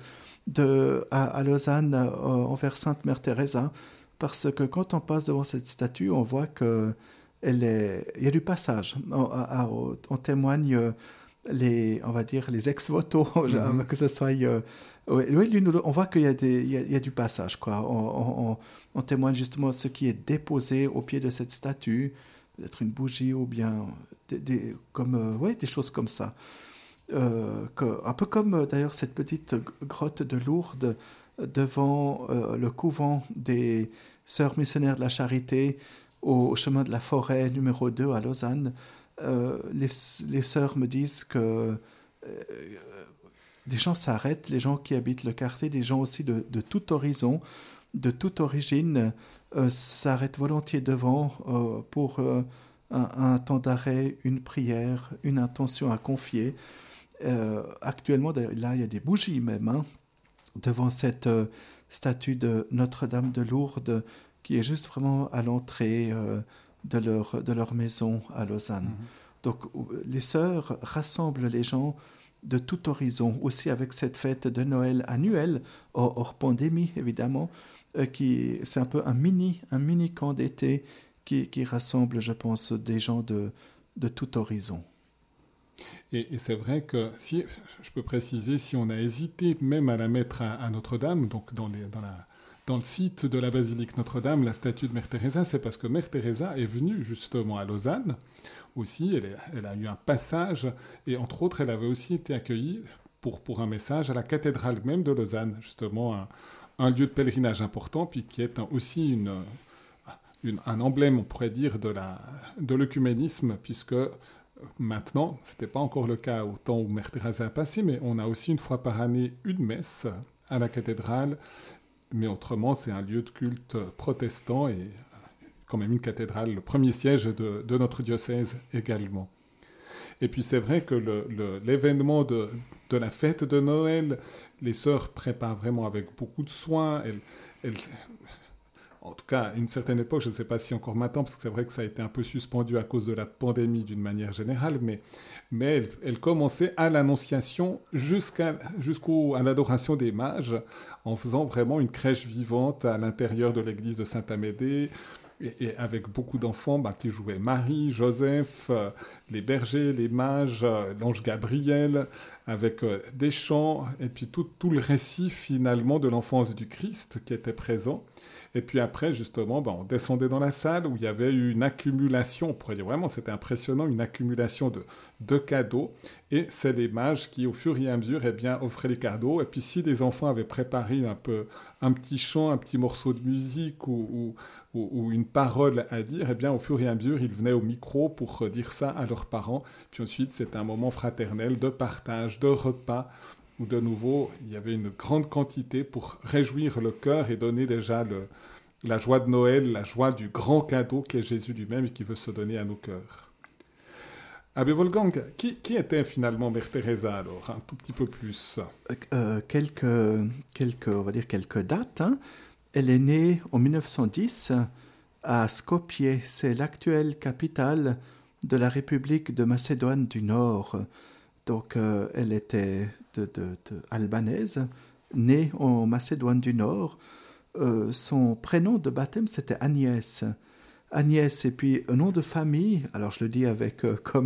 à Lausanne envers Sainte Mère Thérèse, parce que quand on passe devant cette statue, on voit qu'il y a du passage. On témoigne on va dire les ex-voto, que ce soit... on voit qu'il y a du passage, quoi. On témoigne justement ce qui est déposé au pied de cette statue, peut-être une bougie ou bien des choses comme ça. Un peu comme d'ailleurs cette petite grotte de Lourdes devant le couvent des Sœurs missionnaires de la Charité au chemin de la Forêt numéro 2 à Lausanne. Les sœurs me disent que des gens s'arrêtent, les gens qui habitent le quartier, des gens aussi de tout horizon, de toute origine, s'arrêtent volontiers devant pour un temps d'arrêt, une prière, une intention à confier. Actuellement, là, il y a des bougies même devant cette statue de Notre-Dame de Lourdes qui est juste vraiment à l'entrée de leur maison à Lausanne. Donc, les sœurs rassemblent les gens de tout horizon, aussi avec cette fête de Noël annuelle, hors pandémie évidemment, c'est un peu un mini camp d'été qui rassemble, je pense, des gens de tout horizon. Et c'est vrai que, si je peux préciser, si on a hésité même à la mettre à Notre-Dame, donc dans le site de la basilique Notre-Dame, la statue de Mère Teresa, c'est parce que Mère Teresa est venue justement à Lausanne aussi. Elle a eu un passage, et entre autres, elle avait aussi été accueillie pour un message à la cathédrale même de Lausanne, justement un lieu de pèlerinage important, puis qui est aussi un emblème, on pourrait dire, de l'œcuménisme, puisque maintenant, ce n'était pas encore le cas au temps où Mère Teresa a passé, mais on a aussi une fois par année une messe à la cathédrale. Mais autrement, c'est un lieu de culte protestant et quand même une cathédrale, le premier siège de notre diocèse également. Et puis c'est vrai que l'événement de la fête de Noël, les sœurs préparent vraiment avec beaucoup de soin. En tout cas, à une certaine époque, je ne sais pas si encore maintenant, parce que c'est vrai que ça a été un peu suspendu à cause de la pandémie d'une manière générale, mais elle commençait à l'Annonciation à l'adoration des mages, en faisant vraiment une crèche vivante à l'intérieur de l'église de Saint-Amédée, et avec beaucoup d'enfants qui jouaient Marie, Joseph, les bergers, les mages, l'ange Gabriel, avec des chants, et puis tout le récit finalement de l'enfance du Christ qui était présent. Et puis après, justement, on descendait dans la salle où il y avait eu une accumulation, on pourrait dire vraiment, c'était impressionnant, une accumulation de cadeaux. Et c'est les mages qui, au fur et à mesure, offraient les cadeaux. Et puis si des enfants avaient préparé un petit chant, un petit morceau de musique ou une parole à dire, au fur et à mesure, ils venaient au micro pour dire ça à leurs parents. Puis ensuite, c'était un moment fraternel de partage, de repas, où de nouveau, il y avait une grande quantité pour réjouir le cœur et donner déjà la joie de Noël, la joie du grand cadeau qui est Jésus lui-même et qui veut se donner à nos cœurs. Abbé Wolfgang, qui était finalement Mère Teresa alors, un tout petit peu plus? Quelques dates. Elle est née en 1910 à Skopje, c'est l'actuelle capitale de la République de Macédoine du Nord. Donc, elle était albanaise, née en Macédoine du Nord. Son prénom de baptême, c'était Agnès. Agnès, et puis un nom de famille, alors je le dis avec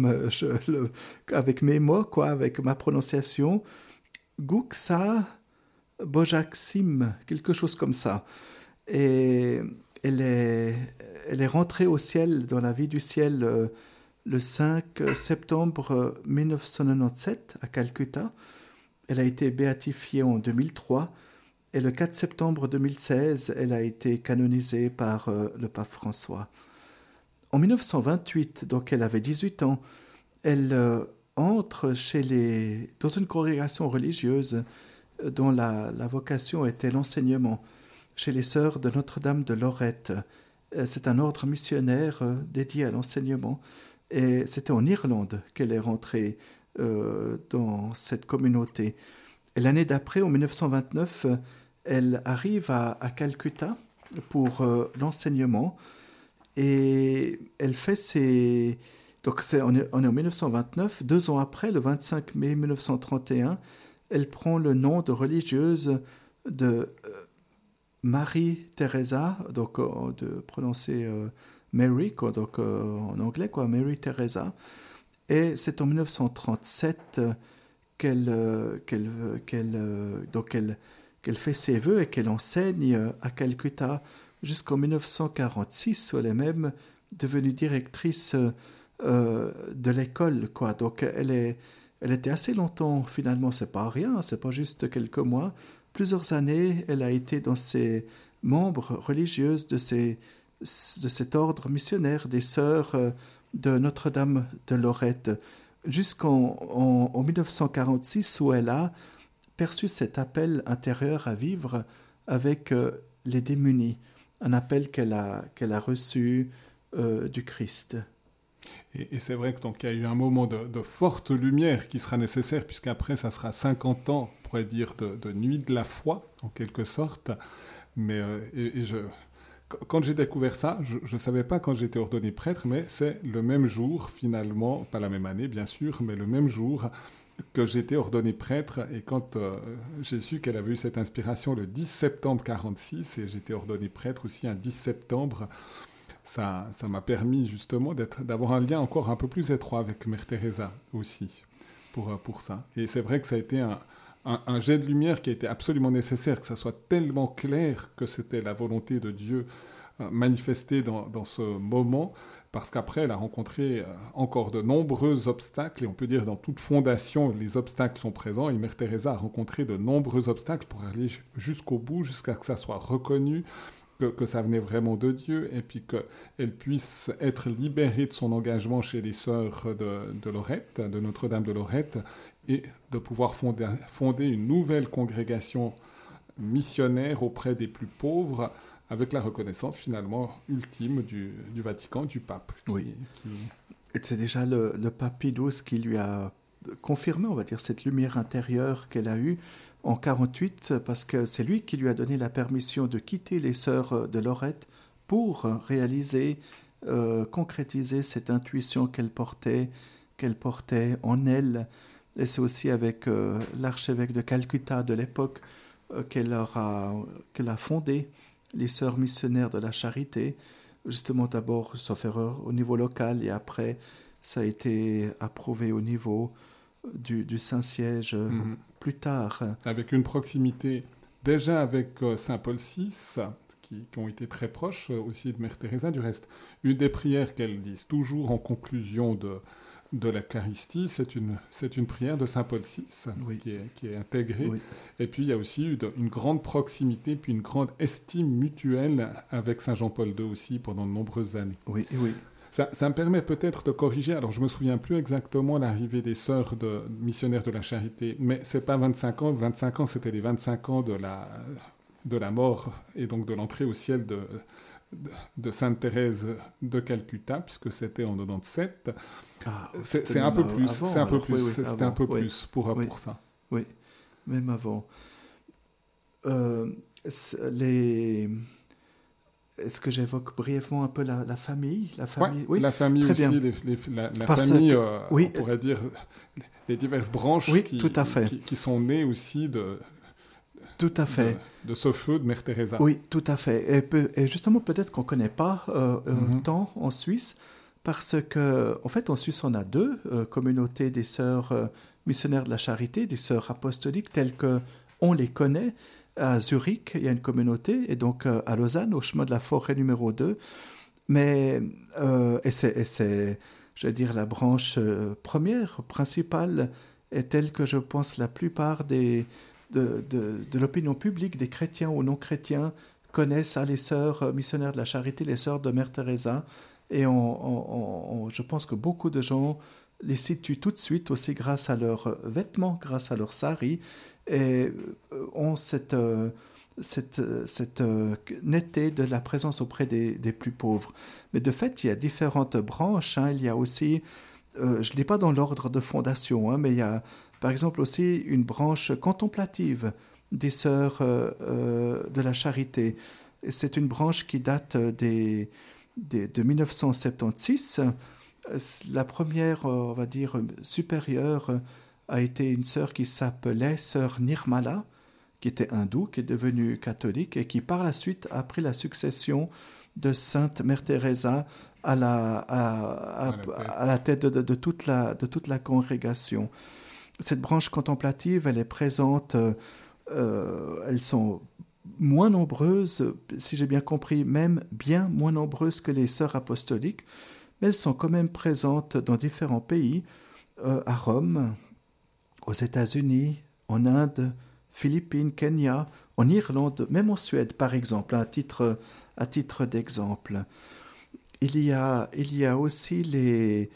mes mots, avec ma prononciation, Guksa Bojaksim, quelque chose comme ça. Et elle est rentrée au ciel, dans la vie du ciel, le 5 septembre 1997 à Calcutta. Elle a été béatifiée en 2003 et le 4 septembre 2016, elle a été canonisée par le pape François. En 1928, donc elle avait 18 ans, elle entre dans une congrégation religieuse dont la vocation était l'enseignement, chez les sœurs de Notre-Dame de Lorette. C'est un ordre missionnaire dédié à l'enseignement. Et c'était en Irlande qu'elle est rentrée dans cette communauté. Et l'année d'après, en 1929, elle arrive à Calcutta pour l'enseignement. Et elle fait ses... Donc on est en 1929. 2 ans après, le 25 mai 1931, elle prend le nom de religieuse de Marie Teresa, donc de prononcer Mary, donc en anglais, Mary Teresa. Et c'est en 1937 qu'elle fait ses vœux et qu'elle enseigne à Calcutta jusqu'en 1946, où elle est même devenue directrice de l'école, Donc elle était assez longtemps, finalement, c'est pas rien, c'est pas juste quelques mois. Plusieurs années, elle a été dans ses membres religieuses de cet ordre missionnaire des sœurs de Notre-Dame de Lorette, jusqu'en 1946, où elle a perçu cet appel intérieur à vivre avec les démunis, un appel qu'elle a reçu du Christ. Et c'est vrai qu'il y a eu un moment de forte lumière qui sera nécessaire, puisqu'après, ça sera 50 ans, on pourrait dire, de nuit de la foi, en quelque sorte. Mais quand j'ai découvert ça, je ne savais pas quand j'étais ordonné prêtre, mais c'est le même jour, finalement, pas la même année, bien sûr, mais le même jour que j'étais ordonné prêtre. Et quand j'ai su qu'elle avait eu cette inspiration le 10 septembre 1946, et j'étais ordonné prêtre aussi un 10 septembre, ça m'a permis justement d'avoir un lien encore un peu plus étroit avec Mère Teresa aussi, pour ça. Et c'est vrai que ça a été un jet de lumière qui a été absolument nécessaire, que ça soit tellement clair que c'était la volonté de Dieu manifestée dans ce moment, parce qu'après, elle a rencontré encore de nombreux obstacles, et on peut dire dans toute fondation, les obstacles sont présents, et Mère Teresa a rencontré de nombreux obstacles pour aller jusqu'au bout, jusqu'à ce que ça soit reconnu, que ça venait vraiment de Dieu, et puis qu'elle puisse être libérée de son engagement chez les sœurs de Lorette, de Notre-Dame de Lorette, et de pouvoir fonder une nouvelle congrégation missionnaire auprès des plus pauvres, avec la reconnaissance finalement ultime du Vatican, du pape. Et c'est déjà le pape Pie XII qui lui a confirmé, on va dire, cette lumière intérieure qu'elle a eue en 1948, parce que c'est lui qui lui a donné la permission de quitter les sœurs de Lorette pour réaliser, concrétiser cette intuition qu'elle portait en elle. Et c'est aussi avec l'archevêque de Calcutta de l'époque qu'elle a fondé les sœurs missionnaires de la charité, justement d'abord, sauf erreur, au niveau local, et après ça a été approuvé au niveau du Saint-Siège plus tard. Avec une proximité déjà avec Saint Paul VI, qui ont été très proches aussi de Mère Teresa. Du reste, une des prières qu'elles disent toujours en conclusion de l'Eucharistie, c'est une prière de Saint Paul VI qui est intégrée. Oui. Et puis il y a aussi eu une grande proximité, puis une grande estime mutuelle avec Saint Jean-Paul II aussi pendant de nombreuses années. Oui. Ça me permet peut-être de corriger, alors je ne me souviens plus exactement l'arrivée des sœurs missionnaires de la charité, mais ce n'est pas 25 ans. 25 ans, c'était les 25 ans de la mort et donc de l'entrée au ciel de Sainte Thérèse de Calcutta, puisque c'était en 97. C'est un peu plus. C'est un peu plus. C'était un peu plus pour ça. Oui, même avant. Est-ce que j'évoque brièvement un peu la famille? Oui, la famille aussi, la famille, on pourrait dire, les diverses branches qui sont nées aussi de ce feu de Mère Teresa. Oui, tout à fait. Et justement, peut-être qu'on ne connaît pas tant en Suisse, parce qu'en fait, en Suisse, on a 2 communautés des sœurs missionnaires de la charité, des sœurs apostoliques, telles qu'on les connaît. À Zurich, il y a une communauté, et donc à Lausanne, au chemin de la forêt numéro 2. Mais, c'est, je veux dire, la branche première, principale, est telle que je pense la plupart de l'opinion publique, des chrétiens ou non chrétiens, connaissent les sœurs missionnaires de la charité, les sœurs de Mère Teresa. Et je pense que beaucoup de gens les situent tout de suite aussi grâce à leurs vêtements, grâce à leur sari, et ont cette netteté de la présence auprès des plus pauvres. Mais de fait, il y a différentes branches. Il y a aussi, je ne l'ai pas dans l'ordre de fondation, mais il y a par exemple aussi une branche contemplative des sœurs de la charité. Et c'est une branche qui date de 1976. La première, on va dire, supérieure a été une sœur qui s'appelait sœur Nirmala, qui était hindoue, qui est devenue catholique et qui par la suite a pris la succession de Sainte Mère Teresa à la tête de toute la congrégation. Cette branche contemplative, elle est présente, elles sont moins nombreuses, si j'ai bien compris, même bien moins nombreuses que les sœurs apostoliques, mais elles sont quand même présentes dans différents pays, à Rome, aux États-Unis, en Inde, Philippines, Kenya, en Irlande, même en Suède, par exemple, à titre d'exemple. Il y a aussi les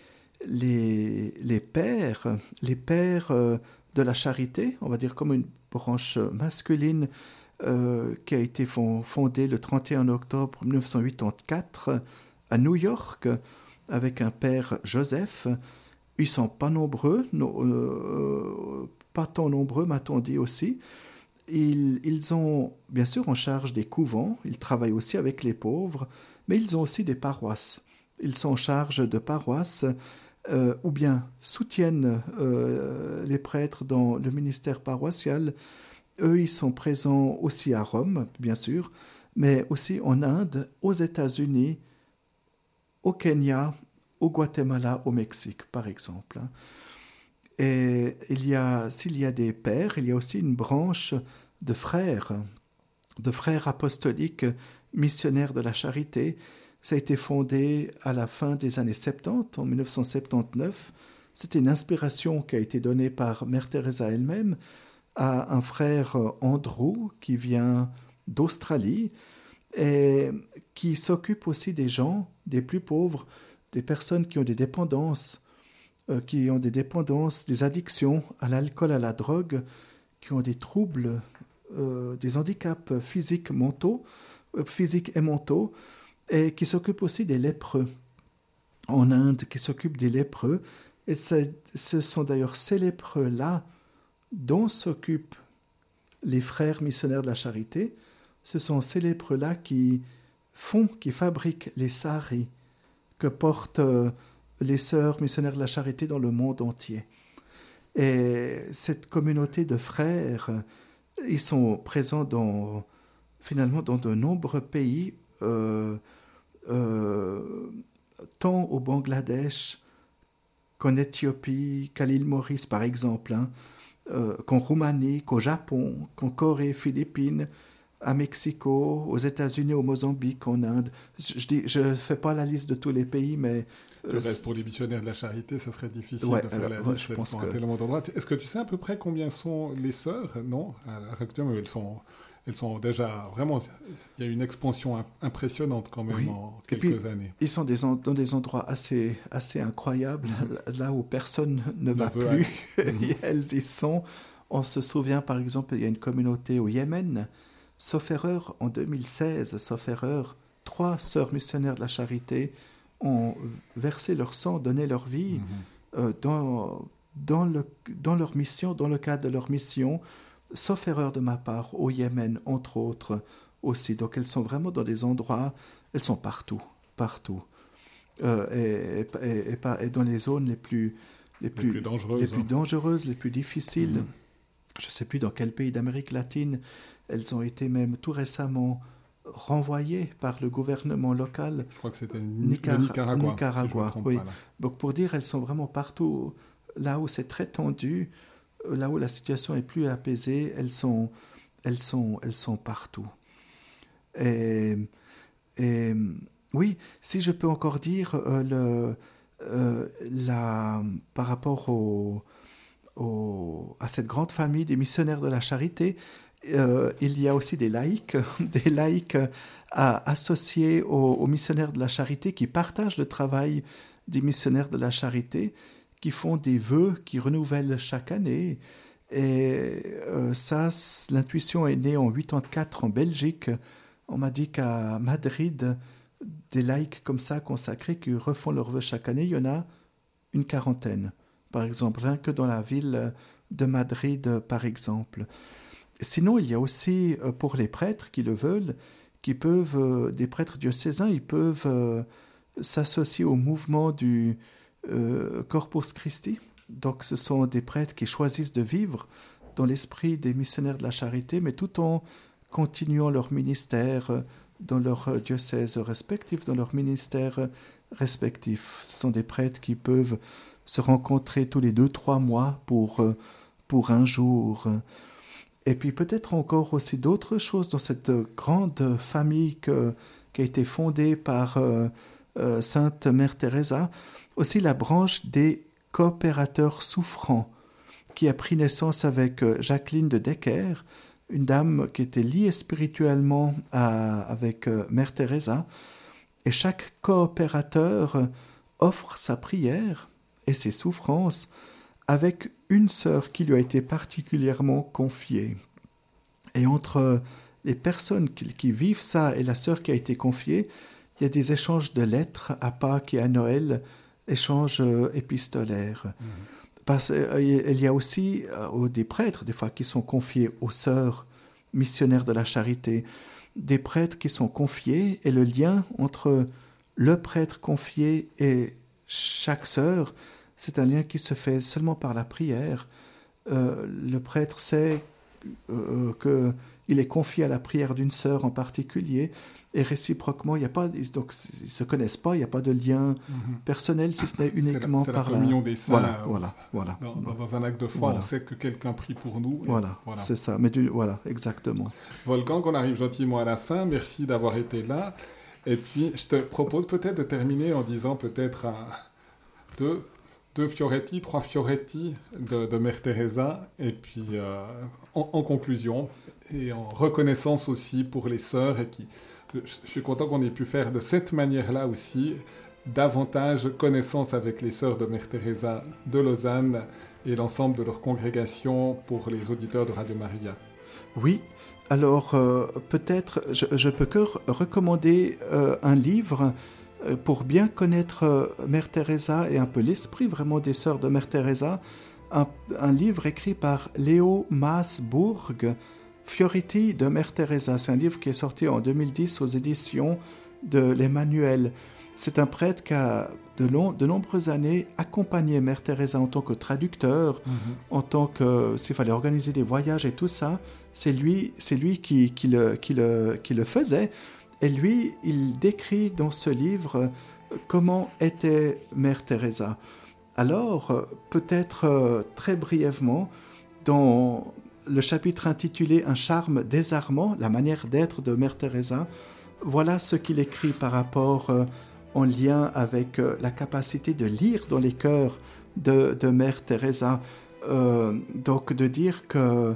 pères de la charité, on va dire comme une branche masculine qui a été fondée le 31 octobre 1984 à New York avec un père Joseph. Ils ne sont pas nombreux, pas tant nombreux, m'a-t-on dit aussi. Ils ont bien sûr en charge des couvents, ils travaillent aussi avec les pauvres, mais ils ont aussi des paroisses. Ils sont en charge de paroisses ou bien soutiennent les prêtres dans le ministère paroissial. Eux, ils sont présents aussi à Rome, bien sûr, mais aussi en Inde, aux États-Unis, au Kenya, au Guatemala, au Mexique, par exemple. Et s'il y a des pères, il y a aussi une branche de frères apostoliques missionnaires de la charité. Ça a été fondé à la fin des années 70, en 1979. C'était une inspiration qui a été donnée par Mère Teresa elle-même à un frère Andrew qui vient d'Australie et qui s'occupe aussi des gens, des plus pauvres, des personnes qui ont des dépendances, des addictions à l'alcool, à la drogue, qui ont des troubles, des handicaps physiques et mentaux, et qui s'occupe aussi des lépreux en Inde, qui s'occupe des lépreux. Et ce sont d'ailleurs ces lépreux-là dont s'occupent les frères missionnaires de la charité. Ce sont ces lépreux-là qui fabriquent les saris que portent les sœurs missionnaires de la charité dans le monde entier. Et cette communauté de frères, ils sont présents finalement dans de nombreux pays, tant au Bangladesh qu'en Éthiopie, qu'à l'île Maurice par exemple, qu'en Roumanie, qu'au Japon, qu'en Corée, Philippines, à Mexico, aux États-Unis, au Mozambique, en Inde. Je ne fais pas la liste de tous les pays, mais... pour les missionnaires de la charité, ça serait difficile de faire la liste, elles sont à tellement d'endroits. Est-ce que tu sais à peu près combien sont les sœurs? Non, à l'heure actuelle, mais elles sont déjà vraiment... Il y a une expansion impressionnante quand même en quelques années. Ils sont dans des endroits assez incroyables, là où personne ne va plus. Elles y sont. On se souvient par exemple, il y a une communauté au Yémen, sauf erreur, en 2016, 3 sœurs missionnaires de la charité ont versé leur sang, donné leur vie dans leur mission, dans le cadre de leur mission, sauf erreur de ma part, au Yémen, entre autres aussi. Donc elles sont vraiment dans des endroits, elles sont partout. Et dans les zones les plus dangereuses, les plus difficiles. Je ne sais plus dans quel pays d'Amérique latine. Elles ont été même tout récemment renvoyées par le gouvernement local. Je crois que c'était Nicaragua. Si oui. Donc pour dire, elles sont vraiment partout, là où c'est très tendu, là où la situation est plus apaisée. Elles sont elles sont partout. Et oui, si je peux encore dire, par rapport à cette grande famille des missionnaires de la charité, il y a aussi des laïcs, associés aux missionnaires de la charité qui partagent le travail des missionnaires de la charité, qui font des vœux, qui renouvellent chaque année. Et l'intuition est née en 84 en Belgique. On m'a dit qu'à Madrid, des laïcs comme ça consacrés qui refont leurs vœux chaque année, il y en a une quarantaine, par exemple, rien que dans la ville de Madrid, par exemple. Sinon, il y a aussi, pour les prêtres qui le veulent, des prêtres diocésains, ils peuvent s'associer au mouvement du Corpus Christi. Donc, ce sont des prêtres qui choisissent de vivre dans l'esprit des missionnaires de la charité, mais tout en continuant leur ministère dans leur diocèse respectif, dans leur ministère respectif. Ce sont des prêtres qui peuvent se rencontrer tous les 2-3 mois pour un jour. Et puis peut-être encore aussi d'autres choses dans cette grande famille qui a été fondée par Sainte Mère Teresa. Aussi la branche des coopérateurs souffrants qui a pris naissance avec Jacqueline de Decker, une dame qui était liée spirituellement avec Mère Teresa. Et chaque coopérateur offre sa prière et ses souffrances avec une sœur qui lui a été particulièrement confiée. Et entre les personnes qui vivent ça et la sœur qui a été confiée, il y a des échanges de lettres à Pâques et à Noël, échanges épistolaires. Il y a aussi des prêtres, des fois, qui sont confiés aux sœurs missionnaires de la charité, des prêtres qui sont confiés, et le lien entre le prêtre confié et chaque sœur, c'est un lien qui se fait seulement par la prière. Le prêtre sait qu'il est confié à la prière d'une sœur en particulier, et réciproquement, il n'y a pas, donc ils ne se connaissent pas, il n'y a pas de lien personnel, si ce n'est uniquement c'est par la communion des saints. Voilà. Dans un acte de foi, on sait que quelqu'un prie pour nous. Voilà, c'est ça. Voilà, exactement. Wolfgang, on arrive gentiment à la fin. Merci d'avoir été là. Et puis, je te propose peut-être de terminer en disant peut-être deux fioretti, 3 fioretti de Mère Teresa. Et puis, en conclusion, et en reconnaissance aussi pour les sœurs, je suis content qu'on ait pu faire de cette manière-là aussi davantage connaissance avec les sœurs de Mère Teresa de Lausanne et l'ensemble de leur congrégation pour les auditeurs de Radio Maria. Oui, alors peut-être je peux que recommander un livre pour bien connaître Mère Teresa et un peu l'esprit vraiment des sœurs de Mère Teresa, un livre écrit par Léo Maasbourg, Fioretti de Mère Teresa. C'est un livre qui est sorti en 2010 aux éditions de l'Emmanuel. C'est un prêtre qui a de nombreuses années accompagné Mère Teresa en tant que traducteur, en tant que s'il fallait organiser des voyages et tout ça, c'est lui qui le faisait. Et lui, il décrit dans ce livre comment était Mère Teresa. Alors, peut-être très brièvement, dans le chapitre intitulé « Un charme désarmant, la manière d'être de Mère Teresa », voilà ce qu'il écrit par rapport en lien avec la capacité de lire dans les cœurs de Mère Teresa. Donc de dire que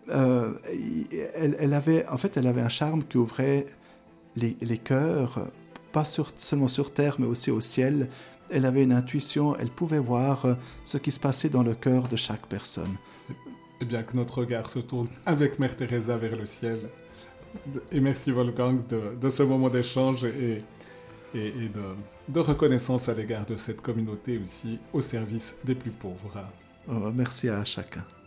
elle avait un charme qui ouvrait les cœurs, pas seulement sur terre, mais aussi au ciel. Elle avait une intuition, elle pouvait voir ce qui se passait dans le cœur de chaque personne. Et bien que notre regard se tourne avec Mère Teresa vers le ciel. Et merci Wolfgang de ce moment d'échange et de reconnaissance à l'égard de cette communauté aussi au service des plus pauvres. Merci à chacun.